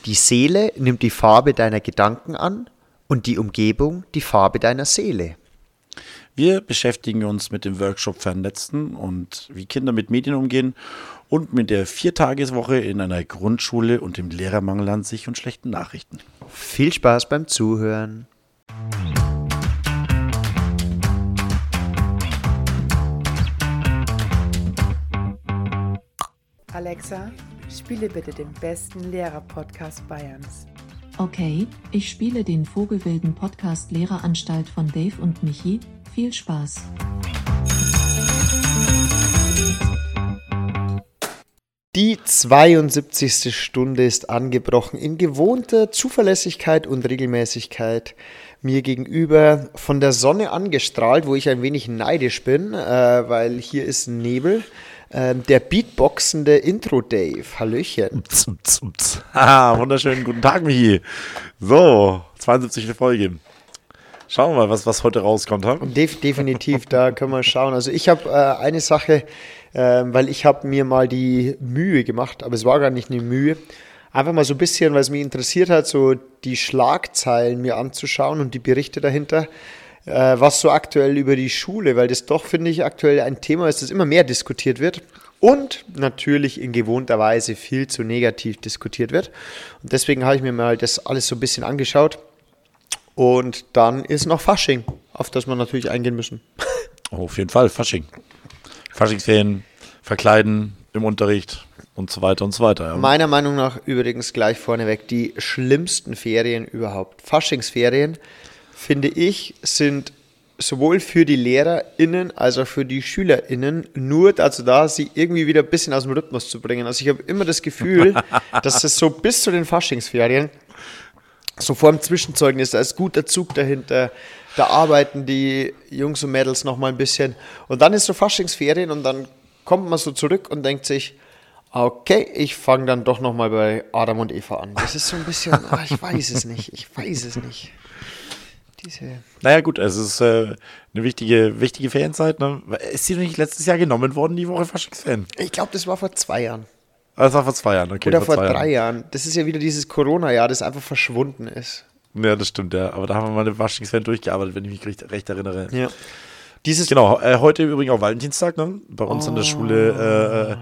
Die Seele nimmt die Farbe deiner Gedanken an und die Umgebung die Farbe deiner Seele. Wir beschäftigen uns mit dem Workshop Vernetzen und wie Kinder mit Medien umgehen und mit der 4-Tageswoche in einer Grundschule und dem Lehrermangel an sich und schlechten Nachrichten. Viel Spaß beim Zuhören. Alexa, spiele bitte den besten Lehrer-Podcast Bayerns. Okay, ich spiele den Vogelwilden Podcast Lehreranstalt von Dave und Michi. Viel Spaß. Die 72. Stunde ist angebrochen in gewohnter Zuverlässigkeit und Regelmäßigkeit. Mir gegenüber von der Sonne angestrahlt, wo ich ein wenig neidisch bin, weil hier ist Nebel. Der beatboxende Intro-Dave. Hallöchen. Wunderschönen guten Tag, Michi. So, 72. Folge. Schauen wir mal, was heute rauskommt. Definitiv, da können wir schauen. Also ich habe eine Sache, weil ich habe mir mal die Mühe gemacht, aber es war gar nicht eine Mühe, einfach mal so ein bisschen, weil es mich interessiert hat, so die Schlagzeilen mir anzuschauen und die Berichte dahinter, was so aktuell über die Schule, weil das doch, finde ich, aktuell ein Thema ist, das immer mehr diskutiert wird und natürlich in gewohnter Weise viel zu negativ diskutiert wird. Und deswegen habe ich mir mal das alles so ein bisschen angeschaut. Und dann ist noch Fasching, auf das wir natürlich eingehen müssen. Oh, auf jeden Fall, Fasching. Faschingsferien, verkleiden im Unterricht und so weiter und so weiter. Ja. Meiner Meinung nach übrigens gleich vorneweg die schlimmsten Ferien überhaupt. Faschingsferien, finde ich, sind sowohl für die LehrerInnen als auch für die SchülerInnen nur dazu da, sie irgendwie wieder ein bisschen aus dem Rhythmus zu bringen. Also ich habe immer das Gefühl, dass es so bis zu den Faschingsferien so vor dem Zwischenzeugnis, da ist guter Zug dahinter, da arbeiten die Jungs und Mädels noch mal ein bisschen und dann ist so Faschingsferien und dann kommt man so zurück und denkt sich, okay, ich fange dann doch noch mal bei Adam und Eva an. Das ist so ein bisschen, ich weiß es nicht. Naja gut, es ist eine wichtige Ferienzeit. Ne? Ist die nicht letztes Jahr genommen worden, die Woche Faschingsferien? Ich glaube, das war vor 2 Jahren. Das war vor 2 Jahren, okay. Oder vor 3 Jahren. Das ist ja wieder dieses Corona-Jahr, das einfach verschwunden ist. Ja, das stimmt, ja. Aber da haben wir mal eine Faschingsferien durchgearbeitet, wenn ich mich recht erinnere. Ja. Genau, heute übrigens auch Valentinstag, ne? Bei uns in der Schule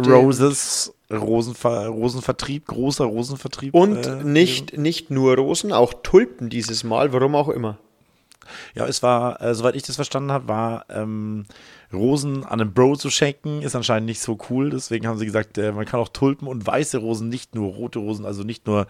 Rosenvertrieb, großer Rosenvertrieb. Und nicht nur Rosen, auch Tulpen dieses Mal, warum auch immer. Ja, es war, soweit ich das verstanden habe, war Rosen an einen Bro zu schenken, ist anscheinend nicht so cool. Deswegen haben sie gesagt, man kann auch Tulpen und weiße Rosen, nicht nur rote Rosen, also nicht nur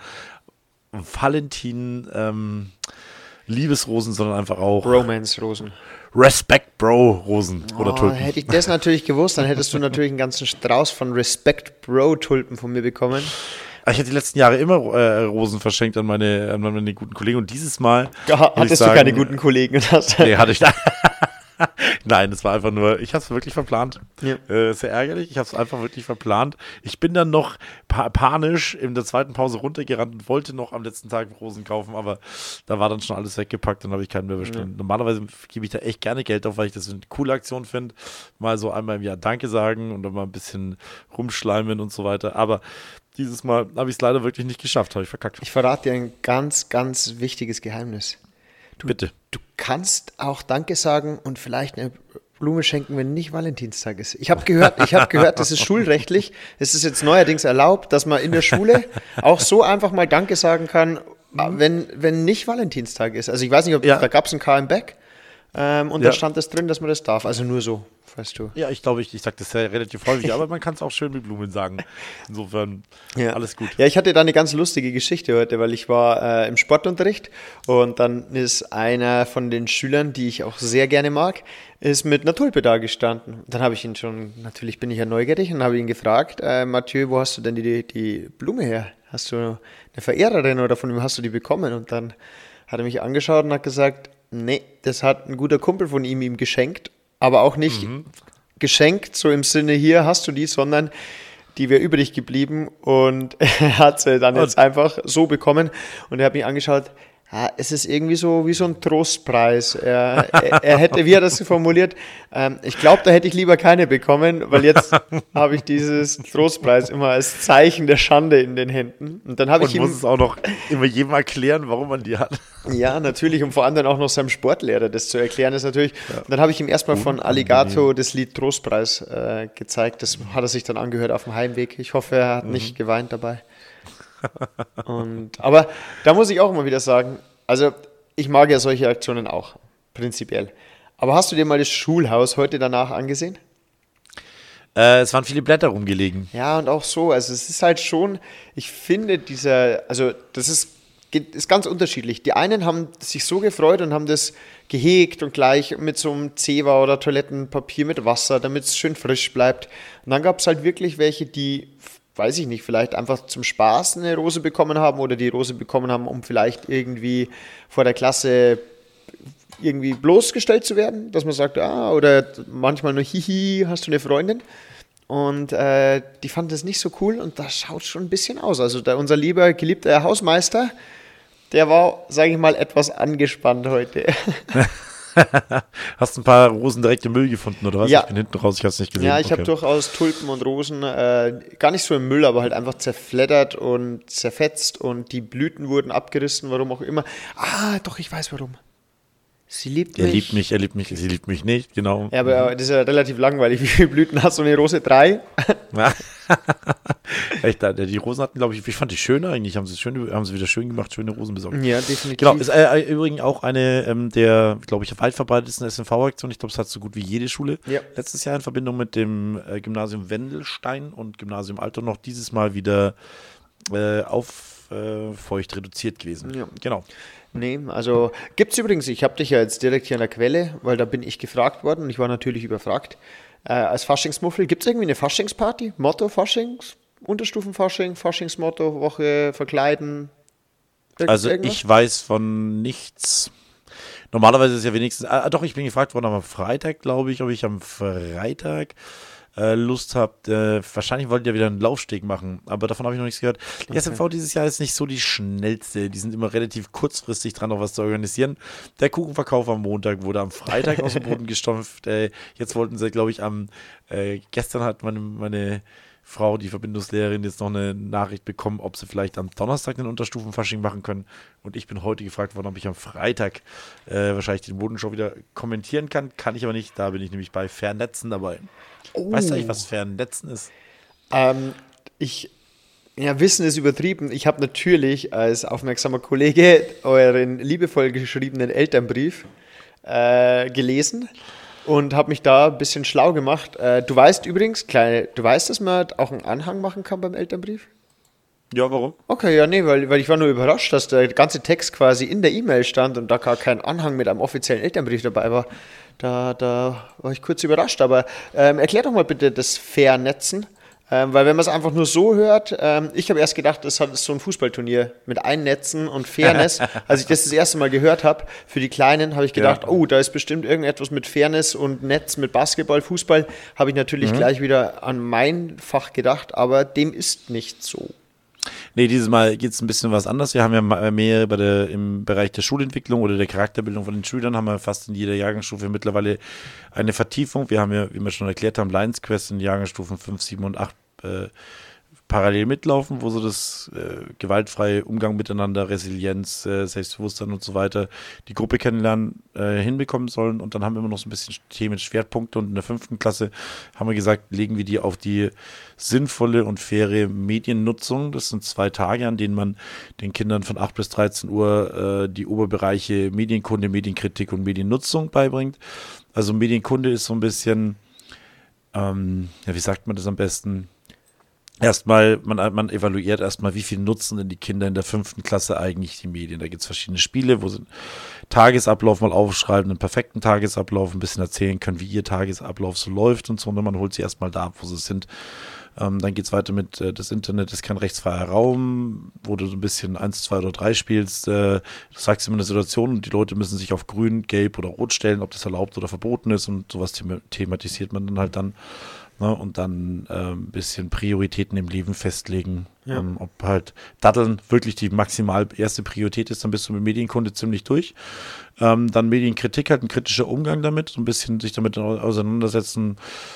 Valentin Liebesrosen, sondern einfach auch Romance-Rosen. Respect-Bro-Rosen oder Tulpen. Hätte ich das natürlich gewusst, dann hättest du natürlich einen ganzen Strauß von Respect-Bro-Tulpen von mir bekommen. Ich hatte die letzten Jahre immer Rosen verschenkt an meine guten Kollegen und dieses Mal hattest du keine guten Kollegen? Nee, hatte ich da. Nein, das war einfach nur, ich habe es wirklich verplant. Ja. Sehr ärgerlich, ich habe es einfach wirklich verplant. Ich bin dann noch panisch in der zweiten Pause runtergerannt und wollte noch am letzten Tag Rosen kaufen, aber da war dann schon alles weggepackt, dann habe ich keinen mehr bestellt. Ja. Normalerweise gebe ich da echt gerne Geld auf, weil ich das eine coole Aktion finde. Mal so einmal im Jahr Danke sagen und dann mal ein bisschen rumschleimen und so weiter. Aber dieses Mal habe ich es leider wirklich nicht geschafft, habe ich verkackt. Ich verrate dir ein ganz, ganz wichtiges Geheimnis. Bitte. Du kannst auch Danke sagen und vielleicht eine Blume schenken, wenn nicht Valentinstag ist. Ich habe gehört, das ist schulrechtlich. Es ist jetzt neuerdings erlaubt, dass man in der Schule auch so einfach mal Danke sagen kann, wenn nicht Valentinstag ist. Also ich weiß nicht, da gab es einen KM Beck und da stand es drin, dass man das darf. Also nur so, weißt du. Ja, ich glaube, ich sage das ja relativ häufig, aber man kann es auch schön mit Blumen sagen. Insofern, alles gut. Ja, ich hatte da eine ganz lustige Geschichte heute, weil ich war im Sportunterricht und dann ist einer von den Schülern, die ich auch sehr gerne mag, ist mit einer Tulpe da gestanden. Dann habe ich ihn natürlich bin ich ja neugierig und habe ihn gefragt, Mathieu, wo hast du denn die Blume her? Hast du eine Verehrerin oder von wem hast du die bekommen? Und dann hat er mich angeschaut und hat gesagt, nee, das hat ein guter Kumpel von ihm geschenkt, aber auch nicht geschenkt, so im Sinne, hier hast du die, sondern die wäre übrig geblieben und er hat sie dann jetzt einfach so bekommen und er hat mich angeschaut, Ja, es ist irgendwie so wie so ein Trostpreis. Er hätte, wie er das formuliert, ich glaube, da hätte ich lieber keine bekommen, weil jetzt habe ich dieses Trostpreis immer als Zeichen der Schande in den Händen. Und dann habe ich ihm... muss es auch noch immer jedem erklären, warum man die hat. Ja, natürlich, um vor allem dann auch noch seinem Sportlehrer das zu erklären, ist natürlich... Ja. Und dann habe ich ihm erstmal von Alligato das Lied Trostpreis gezeigt. Das hat er sich dann angehört auf dem Heimweg. Ich hoffe, er hat nicht geweint dabei. Aber da muss ich auch immer wieder sagen, also ich mag ja solche Aktionen auch, prinzipiell. Aber hast du dir mal das Schulhaus heute danach angesehen? Es waren viele Blätter rumgelegen. Ja, und auch so, also es ist halt schon, ich finde das ist ganz unterschiedlich. Die einen haben sich so gefreut und haben das gehegt und gleich mit so einem Zewa oder Toilettenpapier mit Wasser, damit es schön frisch bleibt. Und dann gab es halt wirklich welche, die... weiß ich nicht, vielleicht einfach zum Spaß eine Rose bekommen haben oder die Rose bekommen haben, um vielleicht irgendwie vor der Klasse irgendwie bloßgestellt zu werden, dass man sagt, oder manchmal nur, hihi, hast du eine Freundin? Und die fanden das nicht so cool und das schaut schon ein bisschen aus. Also unser geliebter Hausmeister, der war, sage ich mal, etwas angespannt heute. Hast du ein paar Rosen direkt im Müll gefunden, oder was? Ja. Ich bin hinten raus, ich habe es nicht gesehen. Ja, ich habe durchaus Tulpen und Rosen, gar nicht so im Müll, aber halt einfach zerfleddert und zerfetzt und die Blüten wurden abgerissen, warum auch immer. Doch, ich weiß warum. Sie liebt mich. Er liebt mich, sie liebt mich nicht, genau. Ja, aber das ist ja relativ langweilig. Wie viele Blüten hat so eine Rose? 3? Echt, die Rosen hatten, glaube ich fand die schöner eigentlich, haben sie wieder schön gemacht, schöne Rosen besorgt. Ja, definitiv. Genau, ist übrigens auch eine der, glaube ich, weit verbreitetsten SNV-Aktionen. Ich glaube, es hat so gut wie jede Schule letztes Jahr in Verbindung mit dem Gymnasium Wendelstein und Gymnasium Altona noch dieses Mal wieder feucht reduziert gewesen. Ja. Genau. Nee, also gibt es übrigens, ich habe dich ja jetzt direkt hier an der Quelle, weil da bin ich gefragt worden und ich war natürlich überfragt. Als Faschingsmuffel, gibt es irgendwie eine Faschingsparty? Motto Faschings? Unterstufenfasching, Faschingsmotto, Woche, Verkleiden? Also ich weiß von nichts. Normalerweise ist ja wenigstens, doch, ich bin gefragt worden am Freitag, glaube ich, ob ich am Freitag Lust habt, wahrscheinlich wollt ihr wieder einen Laufsteg machen, aber davon habe ich noch nichts gehört. Die SMV dieses Jahr ist nicht so die schnellste, die sind immer relativ kurzfristig dran, noch was zu organisieren. Der Kuchenverkauf am Montag wurde am Freitag aus dem Boden gestampft, jetzt wollten sie, glaube ich, gestern hat meine Frau, die Verbindungslehrerin, jetzt noch eine Nachricht bekommen, ob sie vielleicht am Donnerstag einen Unterstufenfasching machen können. Und ich bin heute gefragt worden, ob ich am Freitag wahrscheinlich die Bodenshow wieder kommentieren kann. Kann ich aber nicht, da bin ich nämlich bei Vernetzen dabei. Weißt du eigentlich, was Vernetzen ist? Wissen ist übertrieben. Ich habe natürlich als aufmerksamer Kollege euren liebevoll geschriebenen Elternbrief gelesen. Und habe mich da ein bisschen schlau gemacht. Du weißt übrigens, dass man auch einen Anhang machen kann beim Elternbrief? Ja, warum? Okay, ja, nee, weil ich war nur überrascht, dass der ganze Text quasi in der E-Mail stand und da gar kein Anhang mit einem offiziellen Elternbrief dabei war. Da war ich kurz überrascht. Aber erklär doch mal bitte das Vernetzen. Weil wenn man es einfach nur so hört, ich habe erst gedacht, das ist so ein Fußballturnier mit Einnetzen und Fairness. Als ich das erste Mal gehört habe, für die Kleinen, habe ich gedacht, da ist bestimmt irgendetwas mit Fairness und Netz, mit Basketball, Fußball. Habe ich natürlich gleich wieder an mein Fach gedacht, aber dem ist nicht so. Nee, dieses Mal geht es ein bisschen was anders. Wir haben ja mehrere im Bereich der Schulentwicklung oder der Charakterbildung von den Schülern, haben wir fast in jeder Jahrgangsstufe mittlerweile eine Vertiefung. Wir haben ja, wie wir schon erklärt haben, Lions Quest in Jahrgangsstufen 5, 7 und 8 parallel mitlaufen, wo so das gewaltfreie Umgang miteinander, Resilienz, Selbstbewusstsein und so weiter, die Gruppe kennenlernen, hinbekommen sollen. Und dann haben wir immer noch so ein bisschen Themenschwerpunkte. Und in der 5. Klasse haben wir gesagt, legen wir die auf die sinnvolle und faire Mediennutzung. Das sind 2 Tage, an denen man den Kindern von 8 bis 13 Uhr die Oberbereiche Medienkunde, Medienkritik und Mediennutzung beibringt. Also Medienkunde ist so ein bisschen, wie sagt man das am besten? Erstmal, man evaluiert erstmal, wie viel nutzen denn die Kinder in der 5. Klasse eigentlich die Medien. Da gibt es verschiedene Spiele, wo sie einen Tagesablauf mal aufschreiben, einen perfekten Tagesablauf, ein bisschen erzählen können, wie ihr Tagesablauf so läuft und so. Und man holt sie erstmal da ab, wo sie sind. Dann geht es weiter mit, das Internet ist kein rechtsfreier Raum, wo du so ein bisschen 1, 2 oder 3 spielst. Du sagst immer eine Situation und die Leute müssen sich auf grün, gelb oder rot stellen, ob das erlaubt oder verboten ist und sowas thematisiert man dann halt dann. Ne, und dann ein bisschen Prioritäten im Leben festlegen. Ob halt Daddeln wirklich die maximal erste Priorität ist, dann bist du mit Medienkunde ziemlich durch. Dann Medienkritik, halt ein kritischer Umgang damit, so ein bisschen sich damit auseinandersetzen,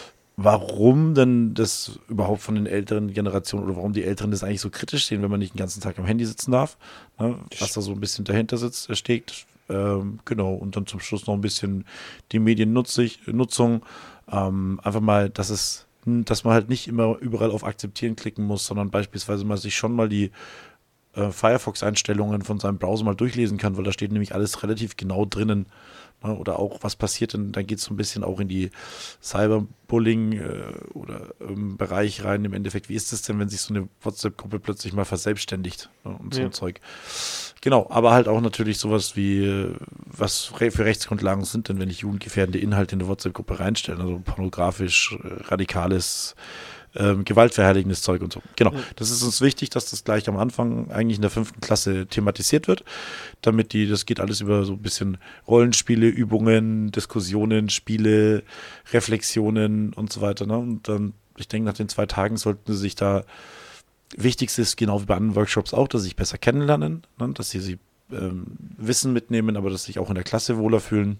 warum denn das überhaupt von den älteren Generationen oder warum die Älteren das eigentlich so kritisch sehen, wenn man nicht den ganzen Tag am Handy sitzen darf. Ne, was da so ein bisschen dahinter steckt. Genau, und dann zum Schluss noch ein bisschen die Mediennutzung. Einfach mal, dass man halt nicht immer überall auf Akzeptieren klicken muss, sondern beispielsweise mal sich schon mal die Firefox-Einstellungen von seinem Browser mal durchlesen kann, weil da steht nämlich alles relativ genau drinnen. Ne? Oder auch, was passiert denn, dann geht es so ein bisschen auch in die Cyberbullying oder Bereich rein im Endeffekt. Wie ist es denn, wenn sich so eine WhatsApp-Gruppe plötzlich mal verselbstständigt, ne? Und so ein Zeug. Genau, aber halt auch natürlich sowas wie, was für Rechtsgrundlagen sind denn, wenn ich jugendgefährdende Inhalte in eine WhatsApp-Gruppe reinstelle, also pornografisch, radikales, gewaltverherrlichendes Zeug und so. Genau, das ist uns wichtig, dass das gleich am Anfang eigentlich in der 5. Klasse thematisiert wird, damit das geht alles über so ein bisschen Rollenspiele, Übungen, Diskussionen, Spiele, Reflexionen und so weiter. Ne? Und dann, ich denke, nach den 2 Tagen sollten sie sich da, wichtigste ist, genau wie bei anderen Workshops auch, dass sie sich besser kennenlernen, ne? Dass sie Wissen mitnehmen, aber dass sie sich auch in der Klasse wohler fühlen.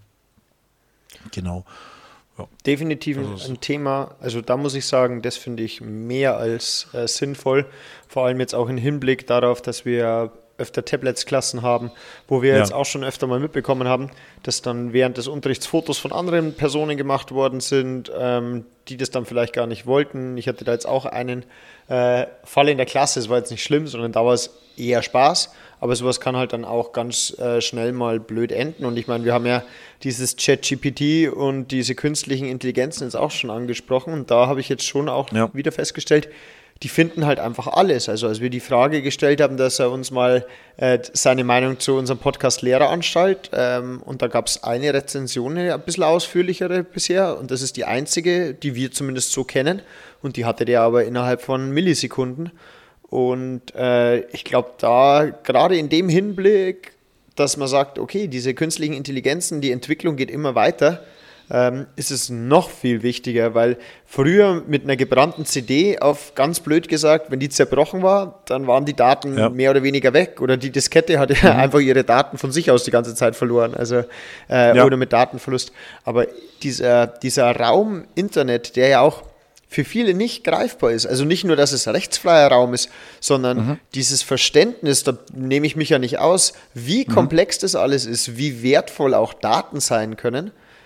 Genau. Ja. Definitiv ein Thema, also da muss ich sagen, das finde ich mehr als sinnvoll, vor allem jetzt auch im Hinblick darauf, dass wir öfter Tablets-Klassen haben, wo wir jetzt auch schon öfter mal mitbekommen haben, dass dann während des Unterrichts Fotos von anderen Personen gemacht worden sind, die das dann vielleicht gar nicht wollten. Ich hatte da jetzt auch einen Fall in der Klasse, es war jetzt nicht schlimm, sondern da war es eher Spaß, aber sowas kann halt dann auch ganz schnell mal blöd enden. Und ich meine, wir haben ja dieses ChatGPT und diese künstlichen Intelligenzen jetzt auch schon angesprochen und da habe ich jetzt schon auch wieder festgestellt, die finden halt einfach alles. Also als wir die Frage gestellt haben, dass er uns mal seine Meinung zu unserem Podcast Lehreranstalt und da gab es eine Rezension, eine ein bisschen ausführlichere bisher und das ist die einzige, die wir zumindest so kennen und die hatte der aber innerhalb von Millisekunden und ich glaube da gerade in dem Hinblick, dass man sagt, okay, diese künstlichen Intelligenzen, die Entwicklung geht immer weiter, ist es noch viel wichtiger, weil früher mit einer gebrannten CD, auf ganz blöd gesagt, wenn die zerbrochen war, dann waren die Daten mehr oder weniger weg oder die Diskette hat einfach ihre Daten von sich aus die ganze Zeit verloren, also oder mit Datenverlust. Aber dieser Raum Internet, der ja auch für viele nicht greifbar ist, also nicht nur, dass es rechtsfreier Raum ist, sondern dieses Verständnis, da nehme ich mich ja nicht aus, wie komplex das alles ist, wie wertvoll auch Daten sein können.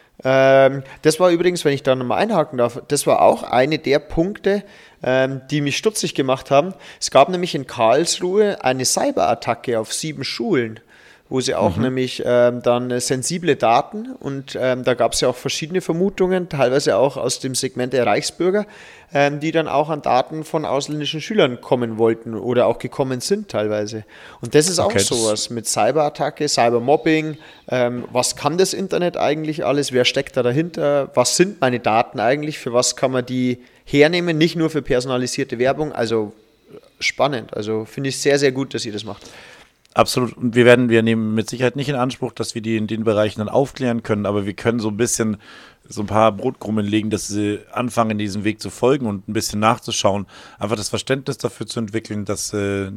Das war übrigens, wenn ich da nochmal einhaken darf, das war auch eine der Punkte, die mich stutzig gemacht haben. Es gab nämlich in Karlsruhe eine Cyberattacke auf 7 Schulen, wo sie auch nämlich dann sensible Daten und da gab es ja auch verschiedene Vermutungen, teilweise auch aus dem Segment der Reichsbürger, die dann auch an Daten von ausländischen Schülern kommen wollten oder auch gekommen sind teilweise. Und das ist auch sowas mit Cyberattacke, Cybermobbing, was kann das Internet eigentlich alles, wer steckt da dahinter, was sind meine Daten eigentlich, für was kann man die hernehmen, nicht nur für personalisierte Werbung, also spannend, also finde ich sehr, sehr gut, dass ihr das macht. Absolut. Und wir nehmen mit Sicherheit nicht in Anspruch, dass wir die in den Bereichen dann aufklären können, aber wir können so ein paar Brotkrumen legen, dass sie anfangen, diesen Weg zu folgen und ein bisschen nachzuschauen. Einfach das Verständnis dafür zu entwickeln, dass,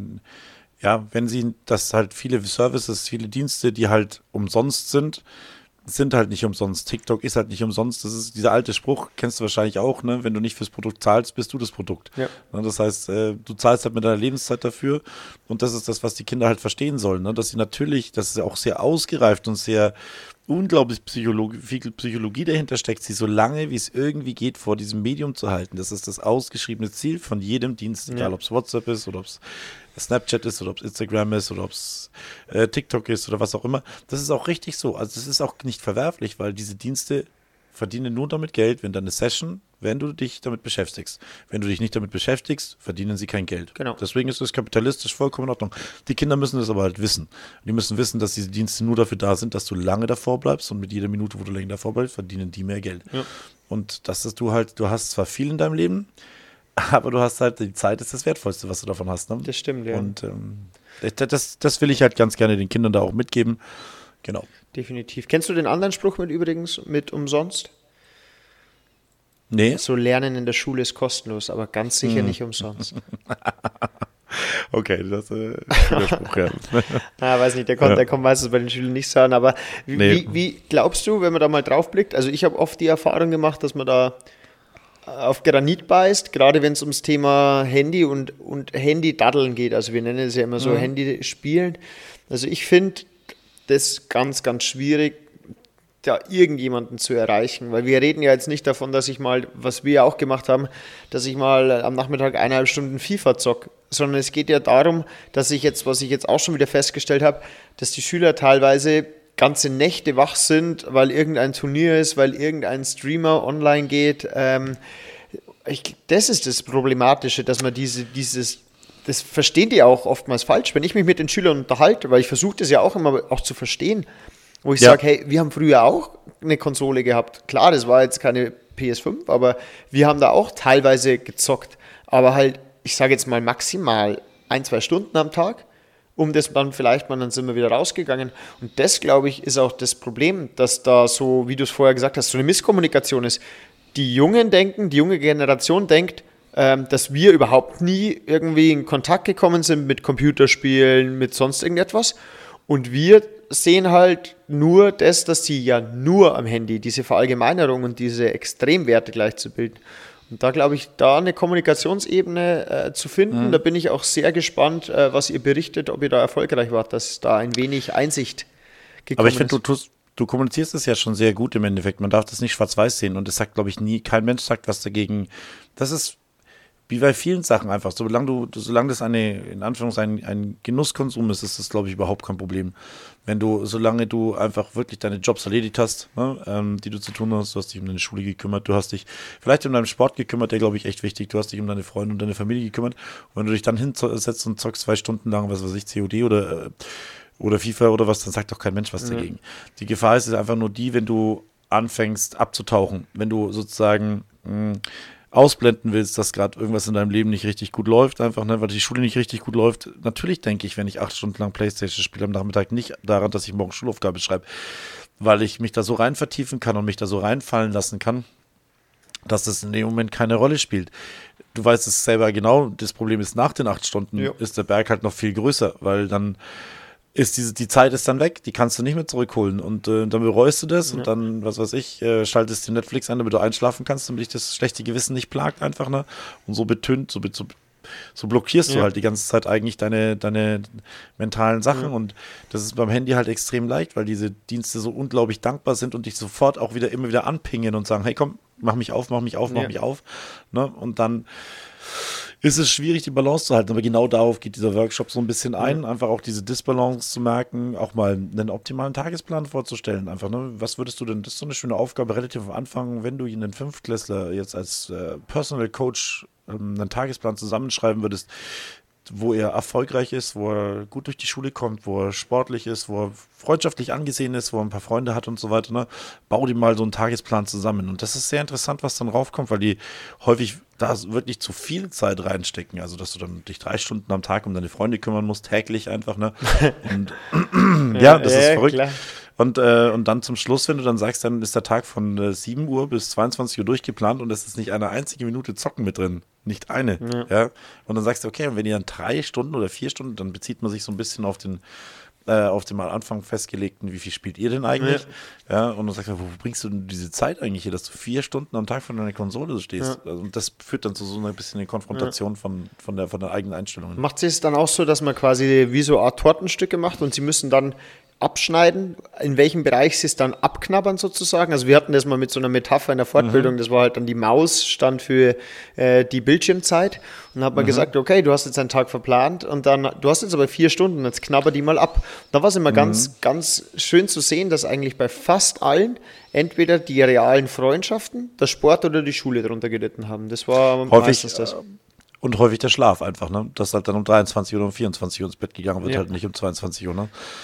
dass halt viele Services, viele Dienste, die halt umsonst sind halt nicht umsonst. TikTok ist halt nicht umsonst. Das ist dieser alte Spruch, kennst du wahrscheinlich auch, ne? Wenn du nicht fürs Produkt zahlst, bist du das Produkt. Ja. Das heißt, du zahlst halt mit deiner Lebenszeit dafür und das ist das, was die Kinder halt verstehen sollen, ne? Dass sie natürlich, dass es ja auch sehr ausgereift und sehr unglaublich viel Psychologie dahinter steckt, sie so lange wie es irgendwie geht vor diesem Medium zu halten. Das ist das ausgeschriebene Ziel von jedem Dienst, egal ob es WhatsApp ist oder ob es Snapchat ist oder ob es Instagram ist oder ob es TikTok ist oder was auch immer. Das ist auch richtig so. Also das ist auch nicht verwerflich, weil diese Dienste verdienen nur damit Geld, wenn du dich damit beschäftigst. Wenn du dich nicht damit beschäftigst, verdienen sie kein Geld. Genau. Deswegen ist es kapitalistisch vollkommen in Ordnung. Die Kinder müssen das aber halt wissen. Die müssen wissen, dass diese Dienste nur dafür da sind, dass du lange davor bleibst und mit jeder Minute, wo du länger davor bleibst, verdienen die mehr Geld. Ja. Und du hast zwar viel in deinem Leben, aber du hast halt, die Zeit ist das Wertvollste, was du davon hast. Ne? Das stimmt, ja. Und das will ich halt ganz gerne den Kindern da auch mitgeben. Genau. Definitiv. Kennst du den anderen Spruch übrigens mit umsonst? Nee. So Lernen in der Schule ist kostenlos, aber ganz sicher nicht umsonst. Okay, das ist der Spruch, ja. Weiß nicht, der kommt meistens bei den Schülern nicht so an, aber wie glaubst du, wenn man da mal drauf blickt? Also ich habe oft die Erfahrung gemacht, dass man da auf Granit beißt, gerade wenn es ums Thema Handy und Handy-Daddeln geht. Also wir nennen es ja immer so Handy-Spielen. Also ich finde das ganz, ganz schwierig, da irgendjemanden zu erreichen, weil wir reden ja jetzt nicht davon, dass ich mal, was wir ja auch gemacht haben, dass ich mal am Nachmittag 1,5 Stunden FIFA zocke, sondern es geht ja darum, dass was ich jetzt auch schon wieder festgestellt habe, dass die Schüler teilweise ganze Nächte wach sind, weil irgendein Turnier ist, weil irgendein Streamer online geht. Das ist das Problematische, dass man das verstehen die auch oftmals falsch, wenn ich mich mit den Schülern unterhalte, weil ich versuche das ja auch immer auch zu verstehen, wo ich sage, hey, wir haben früher auch eine Konsole gehabt. Klar, das war jetzt keine PS5, aber wir haben da auch teilweise gezockt. Aber halt, ich sage jetzt mal maximal 1-2 Stunden am Tag, um das dann dann sind wir wieder rausgegangen. Und das, glaube ich, ist auch das Problem, dass da so, wie du es vorher gesagt hast, so eine Misskommunikation ist. Die junge Generation denkt, dass wir überhaupt nie irgendwie in Kontakt gekommen sind mit Computerspielen, mit sonst irgendetwas. Und wir sehen halt nur das, dass sie ja nur am Handy diese Verallgemeinerung und diese Extremwerte gleich zu bilden. Und da glaube ich, da eine Kommunikationsebene zu finden, da bin ich auch sehr gespannt, was ihr berichtet, ob ihr da erfolgreich wart, dass da ein wenig Einsicht gekommen ist. Aber ich finde, du kommunizierst es ja schon sehr gut im Endeffekt. Man darf das nicht schwarz-weiß sehen und es sagt, glaube ich, kein Mensch sagt was dagegen. Das ist wie bei vielen Sachen einfach. Solange das in Anführungszeichen ein Genusskonsum ist, ist das, glaube ich, überhaupt kein Problem. Solange du einfach wirklich deine Jobs erledigt hast, ne, die du zu tun hast, du hast dich um deine Schule gekümmert, du hast dich vielleicht um deinen Sport gekümmert, der, glaube ich, echt wichtig, du hast dich um deine Freunde und deine Familie gekümmert. Und wenn du dich dann hinsetzt und zockst 2 Stunden lang, was weiß ich, COD oder FIFA oder was, dann sagt doch kein Mensch was dagegen. Die Gefahr ist einfach nur die, wenn du anfängst abzutauchen, wenn du sozusagen ausblenden willst, dass gerade irgendwas in deinem Leben nicht richtig gut läuft, einfach, ne, weil die Schule nicht richtig gut läuft. Natürlich denke ich, wenn ich 8 Stunden lang Playstation spiele am Nachmittag, nicht daran, dass ich morgen Schulaufgabe schreibe, weil ich mich da so rein vertiefen kann und mich da so reinfallen lassen kann, dass das in dem Moment keine Rolle spielt. Du weißt es selber genau, das Problem ist, nach den 8 Stunden ist der Berg halt noch viel größer, weil dann die Zeit ist dann weg, die kannst du nicht mehr zurückholen und dann bereust du das und dann, was weiß ich, schaltest du Netflix an, damit du einschlafen kannst, damit dich das schlechte Gewissen nicht plagt einfach, ne? Und so so blockierst du halt die ganze Zeit eigentlich deine mentalen Sachen und das ist beim Handy halt extrem leicht, weil diese Dienste so unglaublich dankbar sind und dich sofort auch immer wieder anpingen und sagen, hey komm, mach mich auf, ne? Und dann ist es schwierig, die Balance zu halten, aber genau darauf geht dieser Workshop so ein bisschen ein, einfach auch diese Disbalance zu merken, auch mal einen optimalen Tagesplan vorzustellen, einfach, ne? Was würdest du denn, das ist so eine schöne Aufgabe, relativ am Anfang, wenn du einen Fünftklässler jetzt als Personal Coach einen Tagesplan zusammenschreiben würdest, wo er erfolgreich ist, wo er gut durch die Schule kommt, wo er sportlich ist, wo er freundschaftlich angesehen ist, wo er ein paar Freunde hat und so weiter, ne? Bau dir mal so einen Tagesplan zusammen. Und das ist sehr interessant, was dann raufkommt, weil die häufig da wirklich zu viel Zeit reinstecken. Also, dass du dann dich 3 Stunden am Tag um deine Freunde kümmern musst, täglich einfach, ne? Und das ist verrückt. Klar. Und dann zum Schluss, wenn du dann sagst, dann ist der Tag von 7 Uhr bis 22 Uhr durchgeplant und es ist nicht eine einzige Minute Zocken mit drin. Nicht eine. Ja. Und dann sagst du, okay, und wenn ihr dann 3 Stunden oder 4 Stunden, dann bezieht man sich so ein bisschen auf den am Anfang festgelegten, wie viel spielt ihr denn eigentlich? Ja, und dann sagst du, wo bringst du denn diese Zeit eigentlich hier, dass du 4 Stunden am Tag vor deiner Konsole stehst? Also, und das führt dann zu so ein bisschen eine Konfrontation von der eigenen Einstellung. Macht es dann auch so, dass man quasi wie so eine Art Tortenstücke macht und sie müssen dann abschneiden, in welchem Bereich sie es dann abknabbern sozusagen. Also wir hatten das mal mit so einer Metapher in der Fortbildung, das war halt dann die Maus, stand für die Bildschirmzeit und dann hat man gesagt, okay, du hast jetzt einen Tag verplant und dann, du hast jetzt aber 4 Stunden, jetzt knabber die mal ab. Und da war es immer ganz, ganz schön zu sehen, dass eigentlich bei fast allen entweder die realen Freundschaften, der Sport oder die Schule darunter gelitten haben. Das war meistens das. Und häufig der Schlaf einfach, ne? Dass halt dann um 23 oder um 24 Uhr ins Bett gegangen wird, halt nicht um 22 Uhr, ne?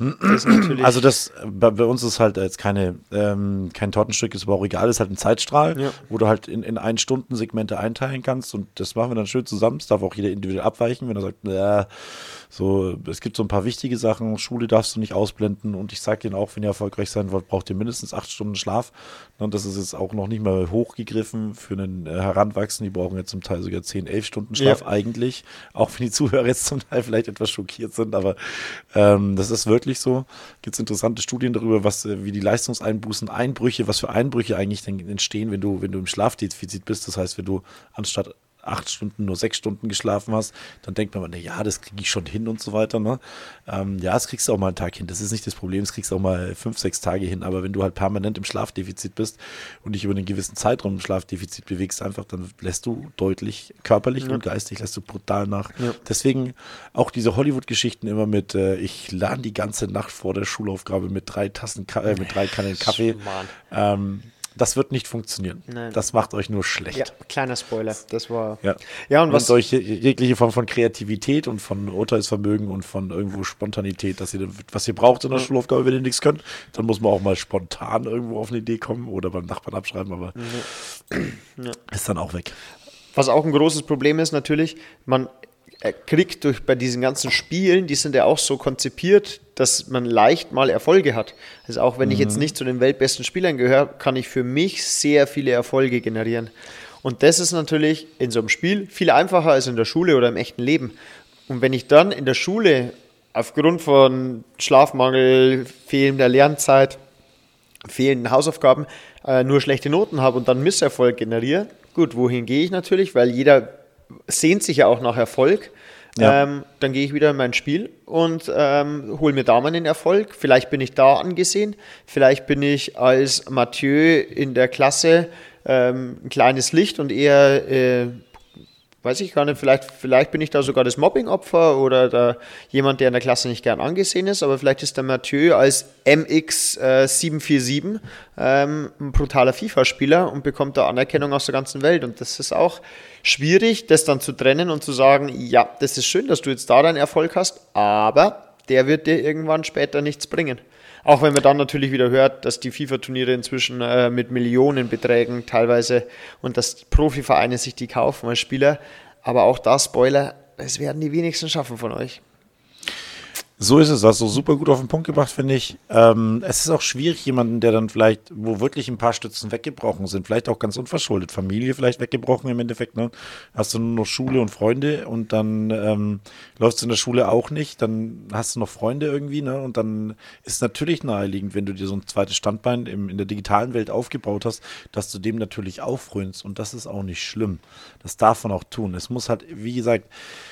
Das ist natürlich Also bei uns ist halt jetzt kein Tortenstück, ist aber auch egal, ist halt ein Zeitstrahl, wo du halt in 1-Stunden-Segmente einteilen kannst und das machen wir dann schön zusammen. Es darf auch jeder individuell abweichen, wenn er sagt, so, es gibt so ein paar wichtige Sachen, Schule darfst du nicht ausblenden und ich sage Ihnen auch, wenn ihr erfolgreich sein wollt, braucht ihr mindestens 8 Stunden Schlaf. Und das ist jetzt auch noch nicht mal hochgegriffen für einen Heranwachsenden, die brauchen jetzt zum Teil sogar 10, 11 Stunden Schlaf eigentlich, auch wenn die Zuhörer jetzt zum Teil vielleicht etwas schockiert sind, aber das ist wirklich so. Gibt es interessante Studien darüber, wie die Leistungseinbußen, was für Einbrüche eigentlich dann entstehen, wenn du im Schlafdefizit bist. Das heißt, wenn du anstatt 8 Stunden nur 6 Stunden geschlafen hast, dann denkt man, ja, das kriege ich schon hin und so weiter. Ne? Das kriegst du auch mal einen Tag hin. Das ist nicht das Problem, das kriegst du auch mal 5, 6 Tage hin. Aber wenn du halt permanent im Schlafdefizit bist und dich über einen gewissen Zeitraum im Schlafdefizit bewegst, einfach, dann lässt du deutlich körperlich und geistig lässt du brutal nach. Ja. Deswegen auch diese Hollywood-Geschichten immer mit, ich lerne die ganze Nacht vor der Schulaufgabe mit 3 Kannen Kaffee. Das wird nicht funktionieren. Nein. Das macht euch nur schlecht. Ja, kleiner Spoiler. Das war. Ja, und was euch jegliche Form von Kreativität und von Urteilsvermögen und von irgendwo Spontanität, was ihr braucht in der Schulaufgabe, wenn ihr nichts könnt, dann muss man auch mal spontan irgendwo auf eine Idee kommen oder beim Nachbarn abschreiben, aber ist dann auch weg. Was auch ein großes Problem ist, natürlich, man kriegt bei diesen ganzen Spielen, die sind ja auch so konzipiert, dass man leicht mal Erfolge hat. Also auch wenn ich jetzt nicht zu den weltbesten Spielern gehöre, kann ich für mich sehr viele Erfolge generieren. Und das ist natürlich in so einem Spiel viel einfacher als in der Schule oder im echten Leben. Und wenn ich dann in der Schule aufgrund von Schlafmangel, fehlender Lernzeit, fehlenden Hausaufgaben nur schlechte Noten habe und dann Misserfolg generiere, gut, wohin gehe ich natürlich? Weil jeder sehnt sich ja auch nach Erfolg. Dann gehe ich wieder in mein Spiel und hole mir da meinen Erfolg. Vielleicht bin ich da angesehen, vielleicht bin ich als Mathieu in der Klasse ein kleines Licht und eher, weiß ich gar nicht, vielleicht bin ich da sogar das Mobbing-Opfer oder jemand, der in der Klasse nicht gern angesehen ist, aber vielleicht ist der Mathieu als MX747 ein brutaler FIFA-Spieler und bekommt da Anerkennung aus der ganzen Welt und das ist auch schwierig, das dann zu trennen und zu sagen, ja, das ist schön, dass du jetzt da deinen Erfolg hast, aber der wird dir irgendwann später nichts bringen. Auch wenn man dann natürlich wieder hört, dass die FIFA-Turniere inzwischen mit Millionenbeträgen teilweise und dass Profivereine sich die kaufen als Spieler. Aber auch da, Spoiler, es werden die wenigsten schaffen von euch. So ist es, hast du super gut auf den Punkt gebracht, finde ich. Es ist auch schwierig, jemanden, der dann vielleicht, wo wirklich ein paar Stützen weggebrochen sind, vielleicht auch ganz unverschuldet, Familie vielleicht weggebrochen im Endeffekt, ne? Hast du nur noch Schule und Freunde und dann läufst du in der Schule auch nicht, dann hast du noch Freunde irgendwie, ne? Und dann ist natürlich naheliegend, wenn du dir so ein zweites Standbein in der digitalen Welt aufgebaut hast, dass du dem natürlich auch frönst und das ist auch nicht schlimm. Das darf man auch tun. Es muss halt, wie gesagt,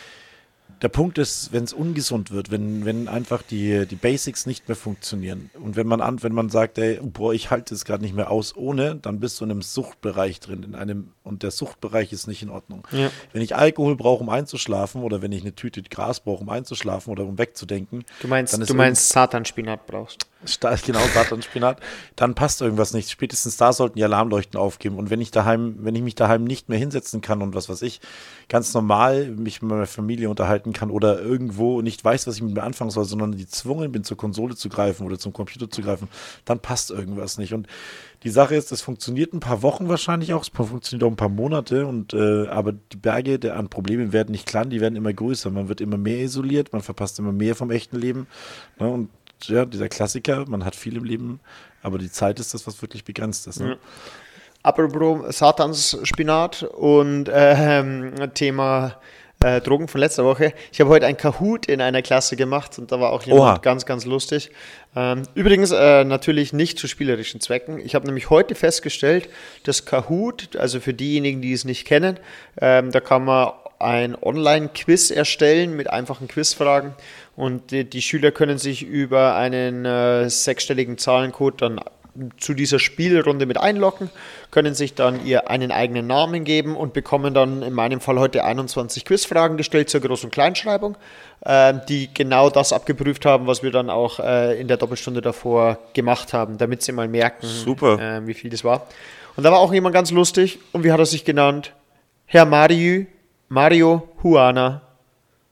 der Punkt ist, wenn es ungesund wird, wenn einfach die Basics nicht mehr funktionieren und wenn man sagt, ey, boah, ich halte es gerade nicht mehr aus ohne, dann bist du in einem Suchtbereich drin, und der Suchtbereich ist nicht in Ordnung. Ja. Wenn ich Alkohol brauche, um einzuschlafen oder wenn ich eine Tüte Gras brauche, um einzuschlafen oder um wegzudenken. Du meinst Satanspinat brauchst. Genau, Satanspinat. Dann passt irgendwas nicht. Spätestens da sollten die Alarmleuchten aufgeben und wenn ich mich daheim nicht mehr hinsetzen kann und was weiß ich, ganz normal mich mit meiner Familie unterhalten kann oder irgendwo nicht weiß, was ich mit mir anfangen soll, sondern gezwungen bin, zur Konsole zu greifen oder zum Computer zu greifen, dann passt irgendwas nicht. Und die Sache ist, es funktioniert ein paar Wochen wahrscheinlich auch, es funktioniert auch ein paar Monate, aber die Berge an Problemen werden nicht klein, die werden immer größer. Man wird immer mehr isoliert, man verpasst immer mehr vom echten Leben. Ne? Und ja, dieser Klassiker, man hat viel im Leben, aber die Zeit ist das, was wirklich begrenzt ist. Ne? Ja. Apropos Satansspinat und Thema Drogen von letzter Woche. Ich habe heute ein Kahoot in einer Klasse gemacht und da war auch jemand ganz, ganz lustig. Übrigens natürlich nicht zu spielerischen Zwecken. Ich habe nämlich heute festgestellt, dass Kahoot, also für diejenigen, die es nicht kennen, da kann man ein Online-Quiz erstellen mit einfachen Quizfragen und die Schüler können sich über einen 6-stelligen Zahlencode dann zu dieser Spielrunde mit einloggen, können sich dann einen eigenen Namen geben und bekommen dann in meinem Fall heute 21 Quizfragen gestellt zur Groß- und Kleinschreibung, die genau das abgeprüft haben, was wir dann auch in der Doppelstunde davor gemacht haben, damit sie mal merken, wie viel das war. Und da war auch jemand ganz lustig und wie hat er sich genannt? Herr Mario Juana.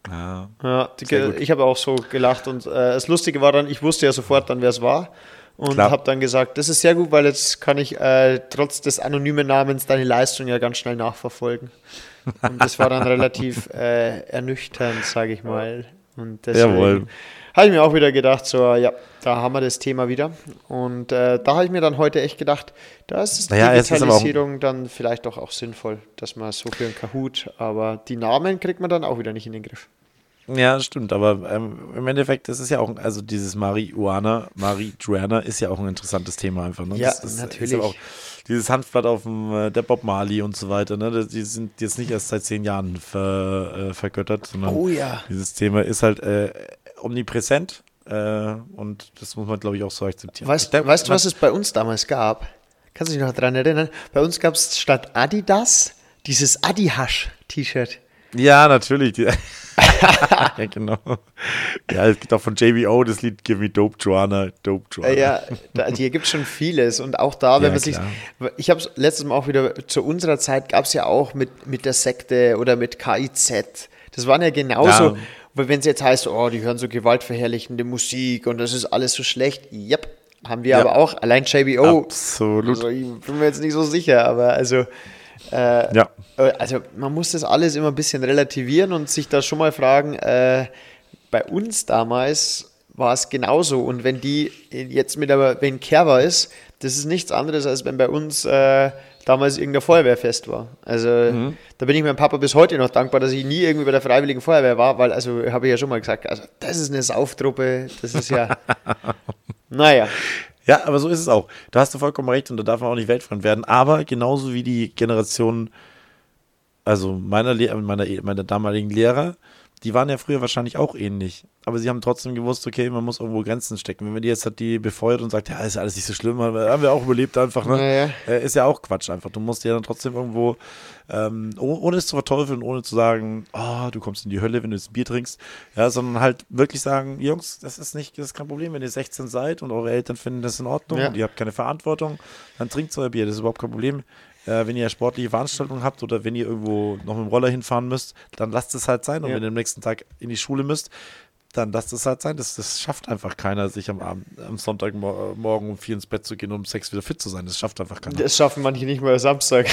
Ja, ich habe auch so gelacht und das Lustige war dann, ich wusste ja sofort dann, wer es war und habe dann gesagt, das ist sehr gut, weil jetzt kann ich trotz des anonymen Namens deine Leistung ja ganz schnell nachverfolgen. Und das war dann relativ ernüchternd, sage ich mal. Und deswegen habe ich mir auch wieder gedacht, so, ja, da haben wir das Thema wieder. Und da habe ich mir dann heute echt gedacht, da ist Digitalisierung dann vielleicht doch auch sinnvoll, dass man so für einen Kahoot, aber die Namen kriegt man dann auch wieder nicht in den Griff. Ja, stimmt, aber im Endeffekt, das ist ja auch, also dieses Marijuana ist ja auch ein interessantes Thema einfach. Ne? Ja, das natürlich. Ist ja auch dieses Hanfblatt auf dem, der Bob Marley und so weiter, ne? Die sind jetzt nicht erst seit 10 Jahren vergöttert, sondern dieses Thema ist halt omnipräsent und das muss man, glaube ich, auch so akzeptieren. Weißt du, was es bei uns damals gab? Kannst du dich noch daran erinnern? Bei uns gab es statt Adidas dieses Adi-Hasch-T-Shirt. Ja, natürlich. Ja, genau. Ja, es gibt auch von JBO das Lied Give Me Dope Joanna, Dope Joanna. Ja, hier gibt es schon vieles und auch da, wenn man sich, ich habe es letztes Mal auch wieder, zu unserer Zeit gab es ja auch mit der Sekte oder mit KIZ, das waren ja genauso, wenn es jetzt heißt, oh, die hören so gewaltverherrlichende Musik und das ist alles so schlecht, yep, haben wir aber auch, allein JBO. Absolut. Also ich bin mir jetzt nicht so sicher, aber also also man muss das alles immer ein bisschen relativieren und sich da schon mal fragen, bei uns damals war es genauso und wenn die jetzt wenn Kerwa ist, das ist nichts anderes, als wenn bei uns damals irgendein Feuerwehrfest war. Also da bin ich meinem Papa bis heute noch dankbar, dass ich nie irgendwie bei der Freiwilligen Feuerwehr war, weil, also habe ich ja schon mal gesagt, also das ist eine Sauftruppe, das ist ja, naja. Ja, aber so ist es auch. Da hast du vollkommen recht und da darf man auch nicht weltfremd werden. Aber genauso wie die Generation, also meiner damaligen Lehrer, die waren ja früher wahrscheinlich auch ähnlich. Aber sie haben trotzdem gewusst, okay, man muss irgendwo Grenzen stecken. Wenn man die jetzt hat, die befeuert und sagt, ja, ist alles nicht so schlimm, haben wir auch überlebt einfach, ne? Ist ja auch Quatsch einfach. Du musst ja dann trotzdem irgendwo, ohne es zu verteufeln, ohne zu sagen, oh, du kommst in die Hölle, wenn du jetzt ein Bier trinkst, ja, sondern halt wirklich sagen, Jungs, das ist kein Problem, wenn ihr 16 seid und eure Eltern finden das in Ordnung und ihr habt keine Verantwortung, dann trinkt euer Bier, das ist überhaupt kein Problem. Wenn ihr sportliche Veranstaltungen habt oder wenn ihr irgendwo noch mit dem Roller hinfahren müsst, dann lasst es halt sein. Und wenn ihr am nächsten Tag in die Schule müsst, dann lasst es halt sein. Das schafft einfach keiner, sich am Sonntagmorgen um 4 ins Bett zu gehen und um 6 wieder fit zu sein. Das schafft einfach keiner. Das schaffen manche nicht mal Samstag.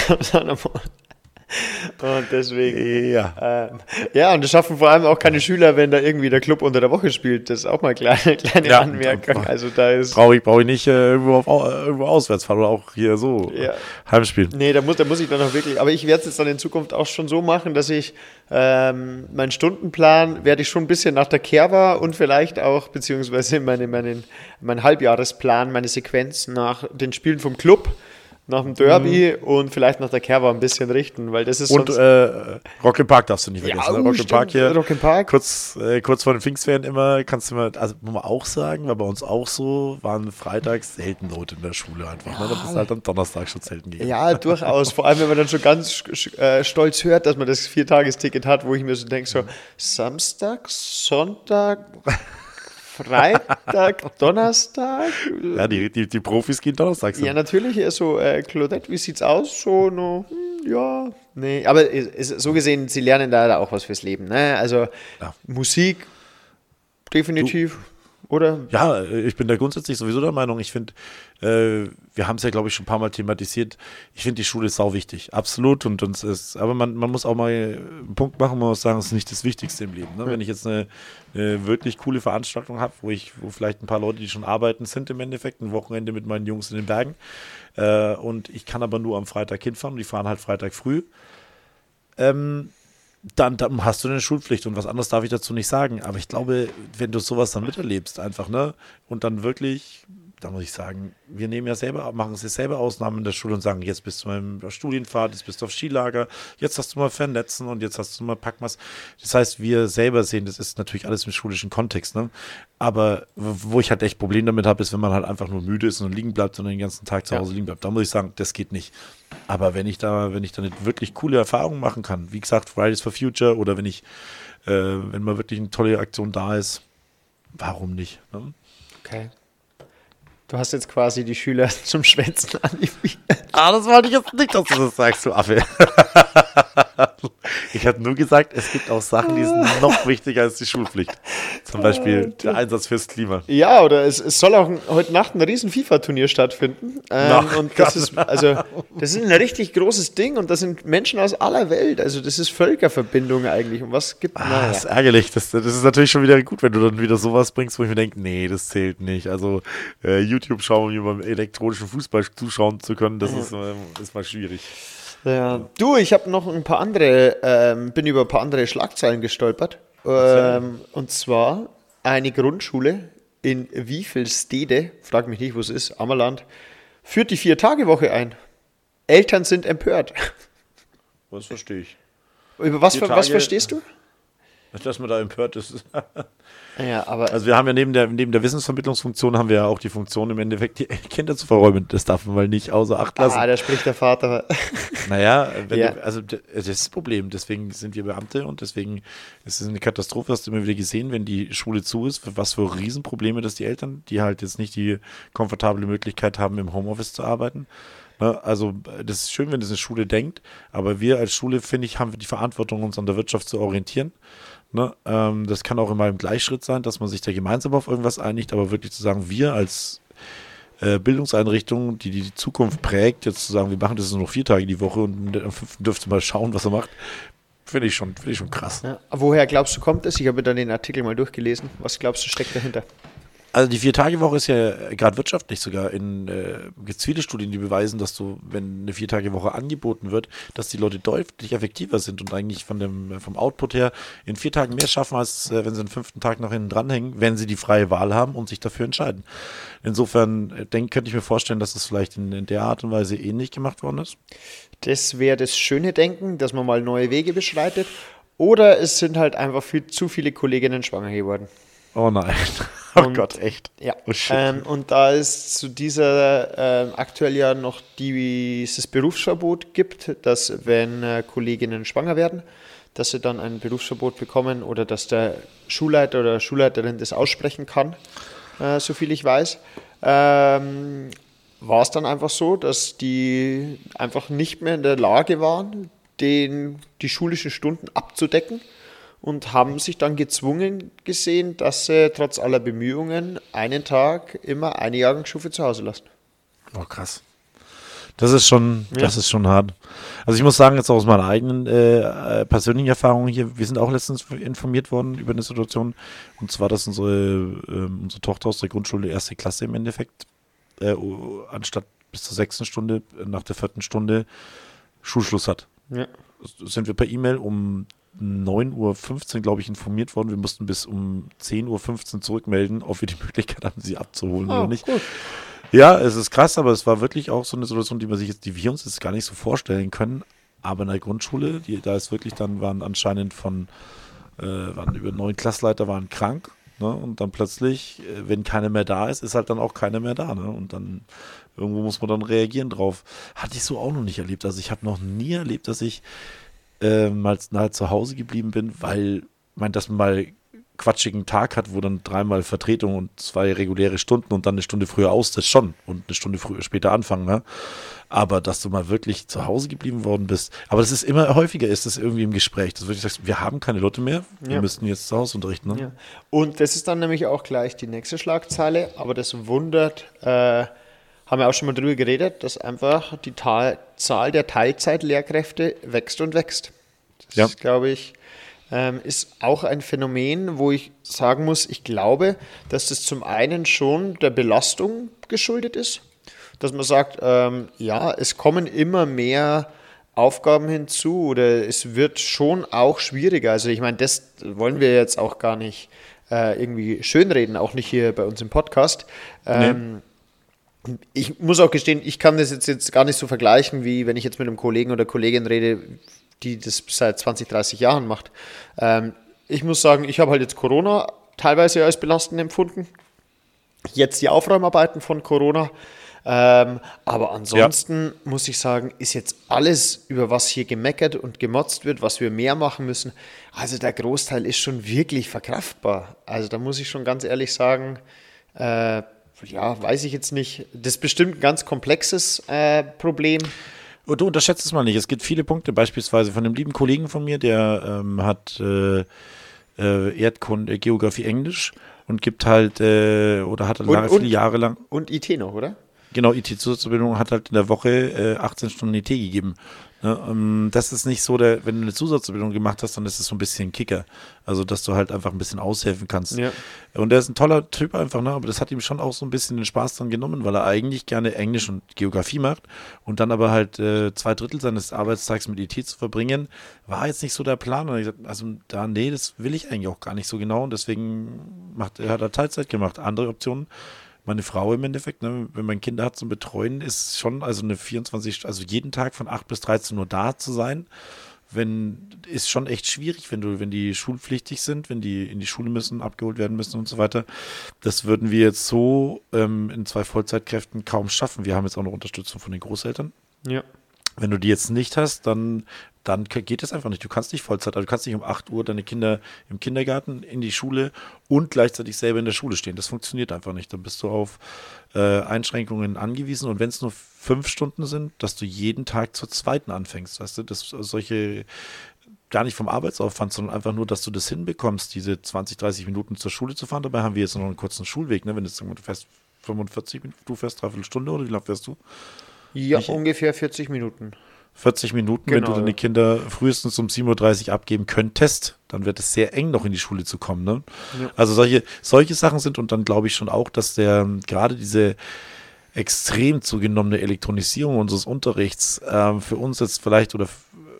Und deswegen. Ja, und das schaffen vor allem auch keine Schüler, wenn da irgendwie der Club unter der Woche spielt. Das ist auch mal eine kleine Anmerkung. Also da ist. Brauche ich nicht irgendwo auswärts fahren oder auch hier so Heimspielen. Nee, da muss ich dann auch wirklich. Aber ich werde es jetzt dann in Zukunft auch schon so machen, dass ich meinen Stundenplan werde ich schon ein bisschen nach der Kerwa und vielleicht auch, beziehungsweise mein Halbjahresplan, meine Sequenz nach den Spielen vom Club. Nach dem Derby und vielleicht nach der Kerwa ein bisschen richten, weil das ist und Rock im Park darfst du nicht vergessen. Ja, Rock im Park hier, Rock im Park. Kurz vor den Pfingstferien immer, kannst du mal, also muss man auch sagen, war bei uns auch so, waren freitags selten Leute in der Schule einfach. Ne? Da bist du halt am Donnerstag schon selten gegangen. Ja, durchaus. Vor allem, wenn man dann schon ganz stolz hört, dass man das 4-Tages-Ticket hat, wo ich mir so denke, so Samstag, Sonntag... Freitag, Donnerstag? Ja, die Profis gehen Donnerstag. Ja, natürlich. So, Claudette, wie sieht's aus? So, no, ja, nee. Aber so gesehen, sie lernen da auch was fürs Leben. Ne? Also Musik, definitiv. Oder? Ja, ich bin da grundsätzlich sowieso der Meinung, ich finde, wir haben es ja, glaube ich, schon ein paar Mal thematisiert, ich finde, die Schule ist sau wichtig, absolut, und uns ist, aber man muss auch mal einen Punkt machen, man muss sagen, es ist nicht das Wichtigste im Leben. Ne? Wenn ich jetzt eine wirklich coole Veranstaltung habe, wo vielleicht ein paar Leute, die schon arbeiten, sind im Endeffekt, ein Wochenende mit meinen Jungs in den Bergen, und ich kann aber nur am Freitag hinfahren und die fahren halt Freitag früh, dann hast du eine Schulpflicht und was anderes darf ich dazu nicht sagen. Aber ich glaube, wenn du sowas dann miterlebst einfach, ne, und dann wirklich, da muss ich sagen, wir machen es jetzt selber Ausnahmen in der Schule und sagen, jetzt bist du mal in der Studienfahrt, jetzt bist du auf Skilager, jetzt hast du mal Vernetzen und jetzt hast du mal Packmas. Das heißt, wir selber sehen, das ist natürlich alles im schulischen Kontext, ne? Aber wo ich halt echt Probleme damit habe, ist, wenn man halt einfach nur müde ist und liegen bleibt und den ganzen Tag zu Hause liegen bleibt. Da muss ich sagen, das geht nicht. Aber wenn ich da nicht wirklich coole Erfahrungen machen kann, wie gesagt, Fridays for Future oder wenn mal wirklich eine tolle Aktion da ist, warum nicht? Ne? Okay. Du hast jetzt quasi die Schüler zum Schwänzen animiert. Das wollte ich jetzt nicht, dass du das sagst, du Affe. Ich habe nur gesagt, es gibt auch Sachen, die sind noch wichtiger als die Schulpflicht. Zum Beispiel der Einsatz fürs Klima. Ja, oder es soll auch heute Nacht ein riesen FIFA-Turnier stattfinden. Und das ist ein richtig großes Ding und das sind Menschen aus aller Welt. Also das ist Völkerverbindung eigentlich. Und was gibt Das ist ärgerlich. Das ist natürlich schon wieder gut, wenn du dann wieder sowas bringst, wo ich mir denke, nee, das zählt nicht. Also YouTube schauen, um beim elektronischen Fußball zuschauen zu können, das ist mal schwierig. Ja. Du, ich habe noch bin über ein paar andere Schlagzeilen gestolpert. Und zwar eine Grundschule in Wiefelstede, frag mich nicht, wo es ist, Ammerland, führt die 4-Tage-Woche ein. Eltern sind empört. Das verstehe ich. Über was verstehst du? Dass man da empört ist. Ja, aber also wir haben ja neben der Wissensvermittlungsfunktion haben wir ja auch die Funktion im Endeffekt, die Kinder zu verräumen. Das darf man mal nicht außer Acht lassen. Da spricht der Vater. Naja, das ist das Problem. Deswegen sind wir Beamte und deswegen ist es eine Katastrophe, hast du immer wieder gesehen, wenn die Schule zu ist, was für Riesenprobleme das die Eltern, die halt jetzt nicht die komfortable Möglichkeit haben, im Homeoffice zu arbeiten. Also das ist schön, wenn das eine Schule denkt, aber wir als Schule, finde ich, haben wir die Verantwortung, uns an der Wirtschaft zu orientieren. Das kann auch immer im Gleichschritt sein, dass man sich da gemeinsam auf irgendwas einigt, aber wirklich zu sagen, wir als Bildungseinrichtung, die Zukunft prägt, jetzt zu sagen, wir machen das nur noch 4 Tage die Woche und am 5. dürft ihr mal schauen, was er macht, finde ich schon krass. Ja. Woher glaubst du, kommt es? Ich habe dann den Artikel mal durchgelesen. Was glaubst du, steckt dahinter? Also die 4-Tage-Woche ist ja gerade wirtschaftlich sogar. Gibt es viele Studien, die beweisen, dass wenn eine 4-Tage-Woche angeboten wird, dass die Leute deutlich effektiver sind und eigentlich vom Output her in 4 Tagen mehr schaffen, als wenn sie einen 5. Tag noch hinten dranhängen, wenn sie die freie Wahl haben und sich dafür entscheiden. Insofern könnte ich mir vorstellen, dass das vielleicht in der Art und Weise ähnlich gemacht worden ist. Das wäre das schöne Denken, dass man mal neue Wege beschreitet. Oder es sind halt einfach zu viele Kolleginnen schwanger geworden. Oh nein. Gott, echt? Ja. Oh shit. Und da es zu dieser aktuell ja noch dieses Berufsverbot gibt, dass wenn Kolleginnen schwanger werden, dass sie dann ein Berufsverbot bekommen oder dass der Schulleiter oder Schulleiterin das aussprechen kann, so viel ich weiß, war es dann einfach so, dass die einfach nicht mehr in der Lage waren, die schulischen Stunden abzudecken. Und haben sich dann gezwungen gesehen, dass sie trotz aller Bemühungen einen Tag immer eine Jahrgangsstufe zu Hause lassen. Oh, krass. Das ist schon hart. Also ich muss sagen, jetzt auch aus meiner eigenen persönlichen Erfahrung hier, wir sind auch letztens informiert worden über eine Situation, und zwar, dass unsere Tochter aus der Grundschule 1. Klasse im Endeffekt anstatt bis zur 6. Stunde, nach der 4. Stunde Schulschluss hat. Ja. Sind wir per E-Mail um 9:15 Uhr, glaube ich, informiert worden. Wir mussten bis um 10:15 Uhr zurückmelden, ob wir die Möglichkeit haben, sie abzuholen oder nicht. Gut. Ja, es ist krass, aber es war wirklich auch so eine Situation, die wir uns jetzt gar nicht so vorstellen können. Aber in der Grundschule, da ist wirklich waren anscheinend waren über 9 Klassleiter waren krank. Ne? Und dann plötzlich, wenn keiner mehr da ist, ist halt dann auch keiner mehr da. Ne? Und dann irgendwo muss man dann reagieren drauf. Hatte ich so auch noch nicht erlebt. Also ich habe noch nie erlebt, dass ich mal nahe zu Hause geblieben bin, weil dass man mal quatschigen Tag hat, wo dann 3-mal Vertretung und 2 reguläre Stunden und dann eine Stunde früher das schon und eine Stunde später anfangen, ne? Aber dass du mal wirklich zu Hause geblieben worden bist, aber das ist immer häufiger, ist das irgendwie im Gespräch, das würde ich sagen, wir haben keine Leute mehr, wir müssten jetzt zu Hause unterrichten, ne? Ja. Und das ist dann nämlich auch gleich die nächste Schlagzeile, aber das wundert, haben wir auch schon mal drüber geredet, dass einfach die Zahl der Teilzeitlehrkräfte wächst und wächst. Das glaube ich, ist auch ein Phänomen, wo ich sagen muss, ich glaube, dass das zum einen schon der Belastung geschuldet ist, dass man sagt, es kommen immer mehr Aufgaben hinzu oder es wird schon auch schwieriger. Also ich meine, das wollen wir jetzt auch gar nicht irgendwie schönreden, auch nicht hier bei uns im Podcast. Nee. Ich muss auch gestehen, ich kann das jetzt gar nicht so vergleichen, wie wenn ich jetzt mit einem Kollegen oder Kollegin rede, die das seit 20, 30 Jahren macht. Ich muss sagen, ich habe halt jetzt Corona teilweise als belastend empfunden. Jetzt die Aufräumarbeiten von Corona. Aber ansonsten muss ich sagen, ist jetzt alles, über was hier gemeckert und gemotzt wird, was wir mehr machen müssen, also der Großteil ist schon wirklich verkraftbar. Also da muss ich schon ganz ehrlich sagen, weiß ich jetzt nicht. Das ist bestimmt ein ganz komplexes Problem. Und du unterschätzt es mal nicht. Es gibt viele Punkte, beispielsweise von einem lieben Kollegen von mir, der hat Erdkunde, Geografie, Englisch und gibt halt, oder hat viele Jahre lang. Und IT noch, oder? Genau, IT-Zusatzbildung hat halt in der Woche 18 Stunden IT gegeben. Ne? Das ist nicht so, wenn du eine Zusatzbildung gemacht hast, dann ist es so ein bisschen ein Kicker. Also, dass du halt einfach ein bisschen aushelfen kannst. Ja. Und der ist ein toller Typ einfach, ne? Aber das hat ihm schon auch so ein bisschen den Spaß dran genommen, weil er eigentlich gerne Englisch und Geografie macht und dann aber halt 2/3 seines Arbeitstags mit IT zu verbringen, war jetzt nicht so der Plan. Und ich gesagt, also nee, das will ich eigentlich auch gar nicht so genau und deswegen hat er Teilzeit gemacht. Andere Optionen. Meine Frau im Endeffekt, ne, wenn man Kinder hat zum Betreuen, ist schon also also jeden Tag von 8 bis 13 Uhr da zu sein, ist schon echt schwierig, wenn die schulpflichtig sind, wenn die in die Schule müssen, abgeholt werden müssen und so weiter. Das würden wir jetzt so in 2 Vollzeitkräften kaum schaffen. Wir haben jetzt auch noch Unterstützung von den Großeltern. Ja. Wenn du die jetzt nicht hast, dann geht das einfach nicht. Du kannst nicht Vollzeit, also du kannst nicht um 8 Uhr deine Kinder im Kindergarten, in die Schule und gleichzeitig selber in der Schule stehen. Das funktioniert einfach nicht. Dann bist du auf Einschränkungen angewiesen und wenn es nur 5 Stunden sind, dass du jeden Tag zur zweiten anfängst. Weißt du, dass solche gar nicht vom Arbeitsaufwand, sondern einfach nur, dass du das hinbekommst, diese 20, 30 Minuten zur Schule zu fahren. Dabei haben wir jetzt noch einen kurzen Schulweg, ne? Wenn du fährst 45 Minuten, du fährst 3/4 Stunde oder wie lange fährst du? Ja, ungefähr 40 Minuten. 40 Minuten, genau. Wenn du deine Kinder frühestens um 7:30 Uhr abgeben könntest, dann wird es sehr eng, noch in die Schule zu kommen. Ne? Ja. Also solche Sachen sind und dann glaube ich schon auch, dass gerade diese extrem zugenommene Elektronisierung unseres Unterrichts für uns jetzt vielleicht oder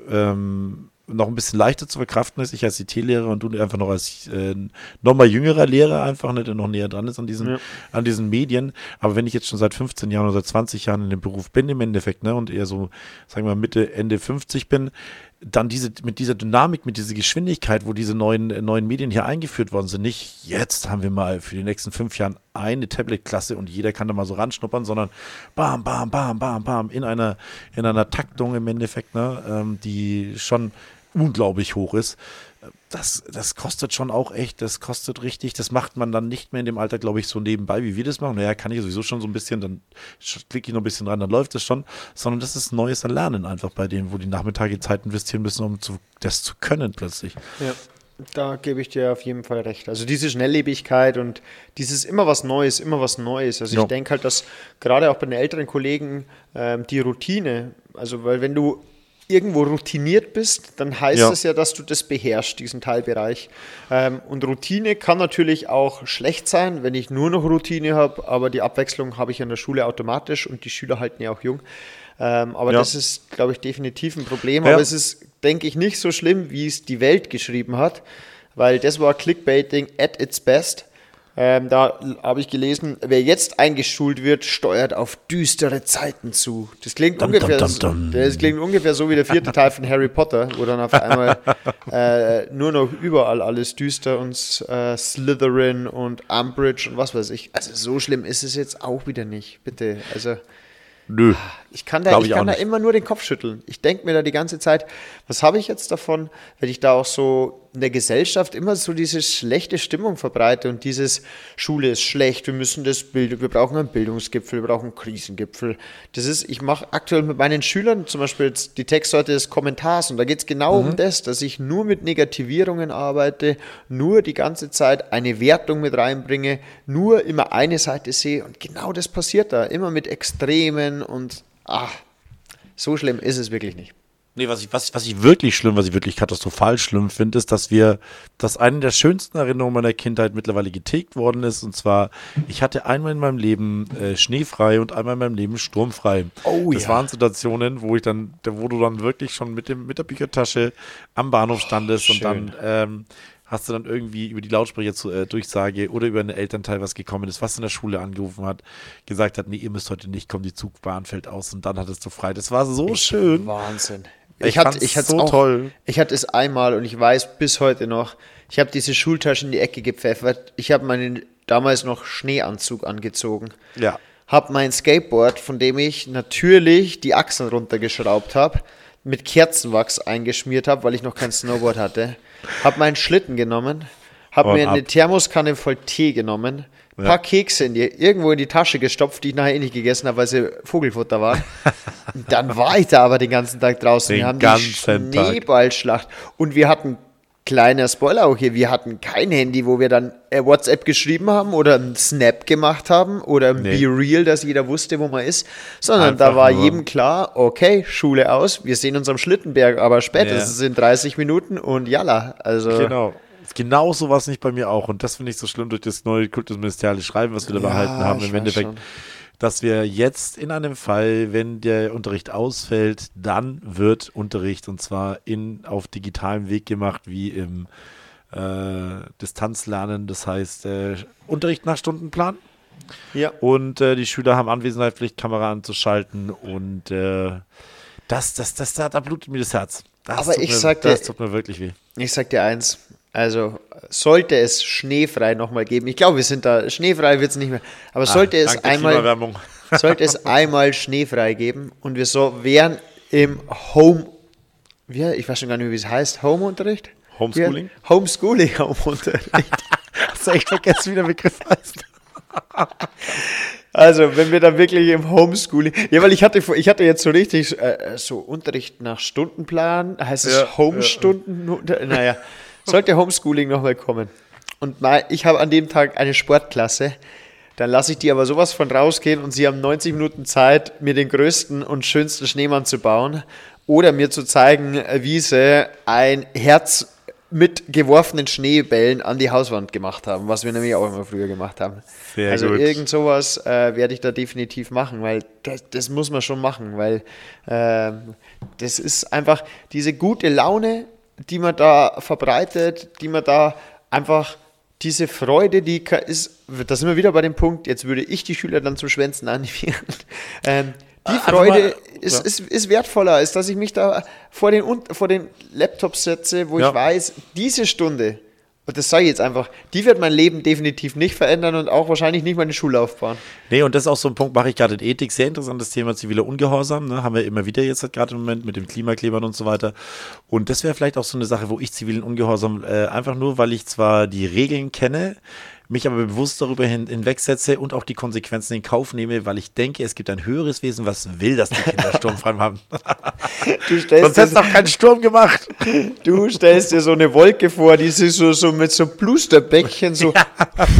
noch ein bisschen leichter zu verkraften ist. Ich als IT-Lehrer und du einfach noch als noch mal jüngerer Lehrer einfach, ne, der noch näher dran ist an diesen Medien. Aber wenn ich jetzt schon seit 15 Jahren oder seit 20 Jahren in dem Beruf bin im Endeffekt, ne, und eher so, sagen wir mal, Mitte, Ende 50 bin, dann mit dieser Dynamik, mit dieser Geschwindigkeit, wo diese neuen Medien hier eingeführt worden sind, nicht jetzt haben wir mal für die nächsten 5 Jahren eine Tablet-Klasse und jeder kann da mal so ranschnuppern, sondern bam, bam, bam, bam, bam, in einer Taktung im Endeffekt, ne, die schon unglaublich hoch ist. Das kostet schon auch echt, das kostet richtig, das macht man dann nicht mehr in dem Alter, glaube ich, so nebenbei, wie wir das machen. Naja, kann ich sowieso schon so ein bisschen, dann klicke ich noch ein bisschen rein, dann läuft das schon, sondern das ist neues Erlernen einfach bei denen, wo die Nachmittage Zeit investieren müssen, um das zu können plötzlich. Ja. Da gebe ich dir auf jeden Fall recht. Also diese Schnelllebigkeit und dieses immer was Neues. Also ich denke halt, dass gerade auch bei den älteren Kollegen die Routine, also weil wenn du irgendwo routiniert bist, dann heißt das ja, dass du das beherrschst, diesen Teilbereich. Und Routine kann natürlich auch schlecht sein, wenn ich nur noch Routine habe, aber die Abwechslung habe ich an der Schule automatisch und die Schüler halten ja auch jung. Aber das ist, glaube ich, definitiv ein Problem. Ja. Aber es ist, denke ich, nicht so schlimm, wie es die Welt geschrieben hat, weil das war Clickbaiting at its best. Da habe ich gelesen, wer jetzt eingeschult wird, steuert auf düstere Zeiten zu. Das klingt ungefähr so wie der 4. Teil von Harry Potter, wo dann auf einmal nur noch überall alles düster und Slytherin und Umbridge und was weiß ich. Also so schlimm ist es jetzt auch wieder nicht, bitte. Also nö. Ich kann da immer nur den Kopf schütteln. Ich denke mir da die ganze Zeit, was habe ich jetzt davon, wenn ich da auch so in der Gesellschaft immer so diese schlechte Stimmung verbreite und dieses Schule ist schlecht, wir brauchen einen Bildungsgipfel, wir brauchen einen Krisengipfel. Ich mache aktuell mit meinen Schülern zum Beispiel jetzt die Textsorte des Kommentars und da geht es genau um das, dass ich nur mit Negativierungen arbeite, nur die ganze Zeit eine Wertung mit reinbringe, nur immer eine Seite sehe und genau das passiert da, immer mit Extremen und so schlimm ist es wirklich nicht. Nee, was ich wirklich katastrophal schlimm finde, ist, dass eine der schönsten Erinnerungen meiner Kindheit mittlerweile getilgt worden ist. Und zwar, ich hatte einmal in meinem Leben schneefrei und einmal in meinem Leben sturmfrei. Oh, das waren Situationen, wo du dann wirklich schon mit der Büchertasche am Bahnhof standest und dann hast du dann irgendwie über die Lautsprecher-Durchsage oder über einen Elternteil, was gekommen ist, was in der Schule angerufen hat, gesagt hat, nee, ihr müsst heute nicht kommen, die Zugbahn fällt aus und dann hattest du frei. Das war so schön. Wahnsinn. Ich hatte es so toll. Ich hatte es einmal und ich weiß bis heute noch, ich habe diese Schultasche in die Ecke gepfeffert. Ich habe meinen damals noch Schneeanzug angezogen. Ja. Habe mein Skateboard, von dem ich natürlich die Achseln runtergeschraubt habe, mit Kerzenwachs eingeschmiert habe, weil ich noch kein Snowboard hatte. Habe meinen Schlitten genommen, habe mir eine Thermoskanne voll Tee genommen, ein paar Kekse irgendwo in die Tasche gestopft, die ich nachher nicht gegessen habe, weil sie Vogelfutter waren. Dann war ich da aber den ganzen Tag draußen. Wir haben die Schneeballschlacht und wir hatten, kleiner Spoiler auch hier, wir hatten kein Handy, wo wir dann WhatsApp geschrieben haben oder einen Snap gemacht haben oder ein Be Real, dass jeder wusste, wo man ist, sondern einfach da war jedem klar, okay, Schule aus, wir sehen uns am Schlittenberg, aber spätestens in 30 Minuten und jalla. Also Genau so war es nicht bei mir auch und das finde ich so schlimm durch das neue kultusministerielle Schreiben, was wir da behalten haben im Endeffekt. Schon. Dass wir jetzt in einem Fall, wenn der Unterricht ausfällt, dann wird Unterricht und zwar auf digitalem Weg gemacht, wie im Distanzlernen, das heißt Unterricht nach Stundenplan. Ja. Und die Schüler haben Anwesenheitspflicht, Kamera anzuschalten und da blutet mir das Herz. Das tut mir wirklich weh. Ich sag dir eins, also sollte es schneefrei nochmal geben, ich glaube, wir sind da, schneefrei wird es nicht mehr, aber sollte es einmal schneefrei geben und wir wären im ich weiß schon gar nicht mehr, wie es heißt, Homeunterricht? Homeschooling? Homeschooling-Homeunterricht. Hast du echt vergessen, wie der Begriff heißt? Also, wenn wir dann wirklich im Homeschooling, weil ich hatte jetzt so richtig so Unterricht nach Stundenplan, heißt es Homestunden, naja, sollte Homeschooling nochmal kommen und ich habe an dem Tag eine Sportklasse, dann lasse ich die aber sowas von rausgehen und sie haben 90 Minuten Zeit, mir den größten und schönsten Schneemann zu bauen oder mir zu zeigen, wie sie ein Herz mit geworfenen Schneebällen an die Hauswand gemacht haben, was wir nämlich auch immer früher gemacht haben. Sehr gut. Irgend sowas werde ich da definitiv machen, weil das muss man schon machen, weil das ist einfach diese gute Laune, die man da verbreitet, die man da einfach diese Freude, da sind wir wieder bei dem Punkt, jetzt würde ich die Schüler dann zum Schwänzen animieren. Die Freude ist wertvoller, als dass ich mich da vor den Laptops setze, wo ich weiß, diese Stunde, und das sage ich jetzt einfach, die wird mein Leben definitiv nicht verändern und auch wahrscheinlich nicht meine Schullaufbahn. Nee, und das ist auch so ein Punkt, mache ich gerade in Ethik, sehr interessantes Thema, ziviler Ungehorsam, ne? Haben wir immer wieder jetzt halt gerade im Moment mit den Klimaklebern und so weiter. Und das wäre vielleicht auch so eine Sache, wo ich zivilen Ungehorsam einfach nur, weil ich zwar die Regeln kenne, mich aber bewusst darüber hinwegsetze und auch die Konsequenzen in Kauf nehme, weil ich denke, es gibt ein höheres Wesen, was will, dass die Kinder sturmfrei haben. Sonst hättest du doch keinen Sturm gemacht. Du stellst dir so eine Wolke vor, die sich so mit so Blusterbäckchen so... Ja.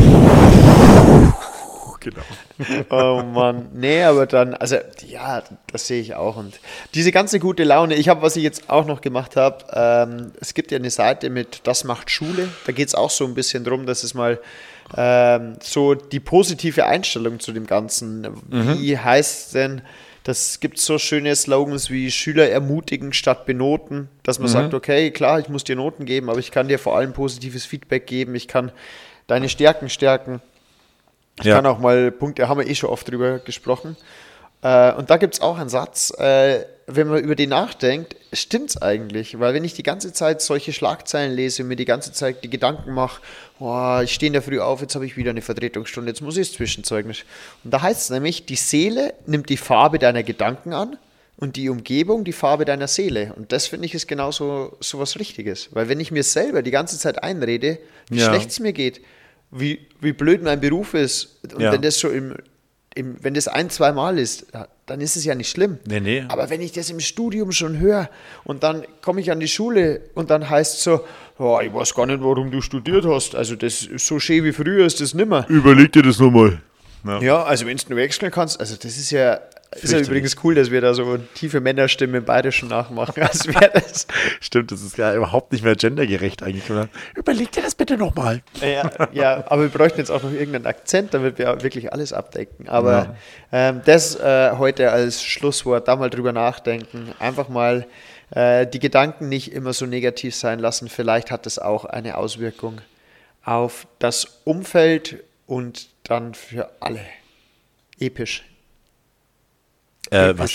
Genau. Oh Mann, nee, aber dann, also ja, das sehe ich auch. Und diese ganze gute Laune, was ich jetzt auch noch gemacht habe, es gibt ja eine Seite mit Das macht Schule, da geht es auch so ein bisschen drum, dass es mal so die positive Einstellung zu dem Ganzen, wie heißt denn, das gibt so schöne Slogans wie Schüler ermutigen statt benoten, dass man sagt, okay, klar, ich muss dir Noten geben, aber ich kann dir vor allem positives Feedback geben, ich kann deine Stärken stärken. Ich kann auch mal Punkte, haben wir schon oft drüber gesprochen. Und da gibt es auch einen Satz, wenn man über den nachdenkt, stimmt es eigentlich. Weil wenn ich die ganze Zeit solche Schlagzeilen lese und mir die ganze Zeit die Gedanken mache, ich stehe in der Früh auf, jetzt habe ich wieder eine Vertretungsstunde, jetzt muss ich das Zwischenzeugnis. Und da heißt es nämlich, die Seele nimmt die Farbe deiner Gedanken an und die Umgebung die Farbe deiner Seele. Und das finde ich ist genauso so was Richtiges. Weil wenn ich mir selber die ganze Zeit einrede, wie schlecht es mir geht, wie blöd mein Beruf ist. Und wenn das so wenn das 1-2 Mal ist, dann ist es ja nicht schlimm. Nee. Aber wenn ich das im Studium schon höre und dann komme ich an die Schule und dann heißt es so, ich weiß gar nicht, warum du studiert hast. Also das ist so schön wie früher ist das nimmer. Überleg dir das nochmal. Ja, also wenn du nur wechseln kannst, also das ist ja übrigens cool, dass wir da so tiefe Männerstimmen im Bayerischen nachmachen. Als wäre das. Stimmt, das ist ja überhaupt nicht mehr gendergerecht eigentlich, oder? Überleg dir das bitte nochmal. Ja, aber wir bräuchten jetzt auch noch irgendeinen Akzent, damit wir wirklich alles abdecken. Aber das heute als Schlusswort, da mal drüber nachdenken, einfach mal die Gedanken nicht immer so negativ sein lassen. Vielleicht hat das auch eine Auswirkung auf das Umfeld und dann für alle. Episch. Was denn?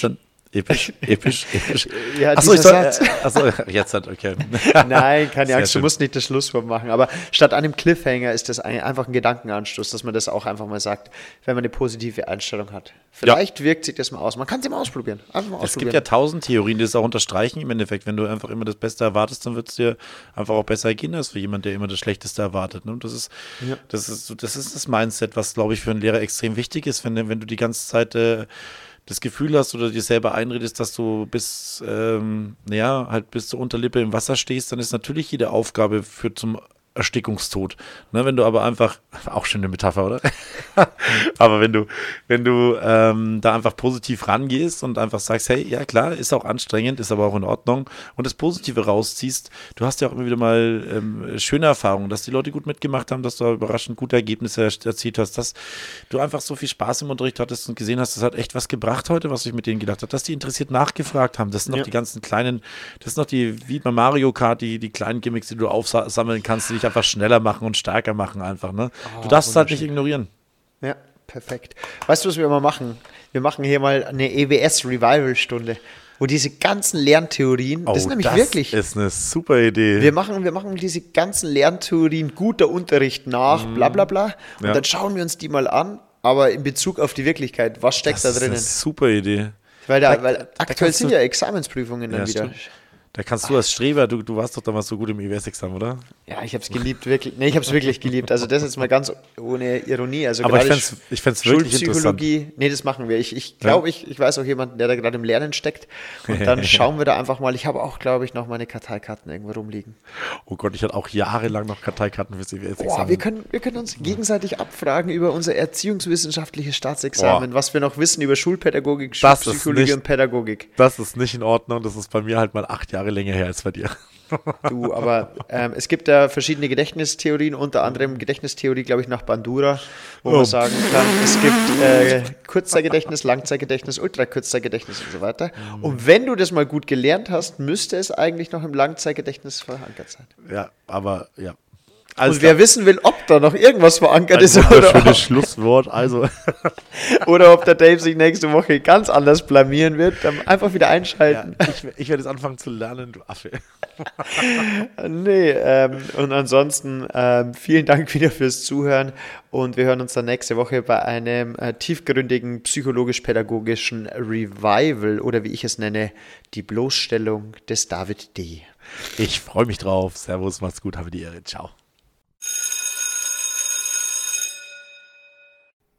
Episch. Ja, Achso, dieser Satz. Jetzt hat, okay. Nein, keine Sehr Angst, du schön. musst nicht das Schlusswort machen. Aber statt einem Cliffhanger ist das einfach ein Gedankenanstoß, dass man das auch einfach mal sagt, wenn man eine positive Einstellung hat. Vielleicht wirkt sich das mal aus. Man kann es immer ausprobieren. Einfach mal Es gibt ausprobieren. ja 1000 Theorien, die das auch unterstreichen. Im Endeffekt, wenn du einfach immer das Beste erwartest, dann wird es dir einfach auch besser gehen als für jemand, der immer das Schlechteste erwartet. Ne? Und das ist das Mindset, was, glaube ich, für einen Lehrer extrem wichtig ist, wenn du die ganze Zeit das Gefühl hast oder dir selber einredest, dass du bis zur Unterlippe im Wasser stehst, dann ist natürlich jede Aufgabe führt zum Erstickungstod. Ne, wenn du aber einfach, auch schöne Metapher, oder? Aber wenn du da einfach positiv rangehst und einfach sagst, hey, ja klar, ist auch anstrengend, ist aber auch in Ordnung und das Positive rausziehst, du hast ja auch immer wieder mal schöne Erfahrungen, dass die Leute gut mitgemacht haben, dass du überraschend gute Ergebnisse erzielt hast, dass du einfach so viel Spaß im Unterricht hattest und gesehen hast, das hat echt was gebracht heute, was ich mit denen gedacht habe, dass die interessiert nachgefragt haben. Das sind noch die ganzen kleinen, das sind noch wie bei Mario Kart, die kleinen Gimmicks, die du aufsammeln kannst, die dich einfach schneller machen und stärker machen einfach. Ne? Du darfst es halt nicht ignorieren. Ja, perfekt. Weißt du, was wir immer machen? Wir machen hier mal eine EWS-Revival-Stunde, wo diese ganzen Lerntheorien, das ist nämlich wirklich... Das ist eine super Idee. Wir machen diese ganzen Lerntheorien, guter Unterricht nach, bla bla bla. Und dann schauen wir uns die mal an, aber in Bezug auf die Wirklichkeit, was steckt da drinnen? Das ist eine super Idee. Weil aktuell sind ja Examensprüfungen dann wieder. Stimmt. Da kannst du als Streber, du warst doch damals so gut im EWS-Examen, oder? Ja, ich habe es geliebt, wirklich. Nee, ich habe es wirklich geliebt. Also das jetzt mal ganz ohne Ironie. Also Aber gerade ich fänd's wirklich Schulpsychologie, nee, das machen wir. Ich glaube, ich weiß auch jemanden, der da gerade im Lernen steckt. Und dann schauen wir da einfach mal. Ich habe auch, glaube ich, noch meine Karteikarten irgendwo rumliegen. Oh Gott, ich hatte auch jahrelang noch Karteikarten fürs EWS-Examen. Boah, wir können uns gegenseitig abfragen über unser erziehungswissenschaftliches Staatsexamen, was wir noch wissen über Schulpädagogik, Schulpsychologie und Pädagogik. Das ist nicht in Ordnung. Das ist bei mir halt mal 8 Jahre länger her als bei dir. Du, aber es gibt ja verschiedene Gedächtnistheorien, unter anderem Gedächtnistheorie, glaube ich, nach Bandura, wo man sagen kann, es gibt Kurzzeitgedächtnis, Langzeitgedächtnis, Ultrakurzzeitgedächtnis und so weiter. Und wenn du das mal gut gelernt hast, müsste es eigentlich noch im Langzeitgedächtnis verankert sein. Ja, aber ja. Und wer wissen will, ob da noch irgendwas verankert ist schönes Schlusswort. Also. oder ob der Dave sich nächste Woche ganz anders blamieren wird, dann einfach wieder einschalten. Ja, ich werde jetzt anfangen zu lernen, du Affe. Nee, und ansonsten vielen Dank wieder fürs Zuhören und wir hören uns dann nächste Woche bei einem tiefgründigen psychologisch-pädagogischen Revival oder wie ich es nenne, die Bloßstellung des David D. Ich freue mich drauf. Servus, macht's gut, habe die Ehre. Ciao.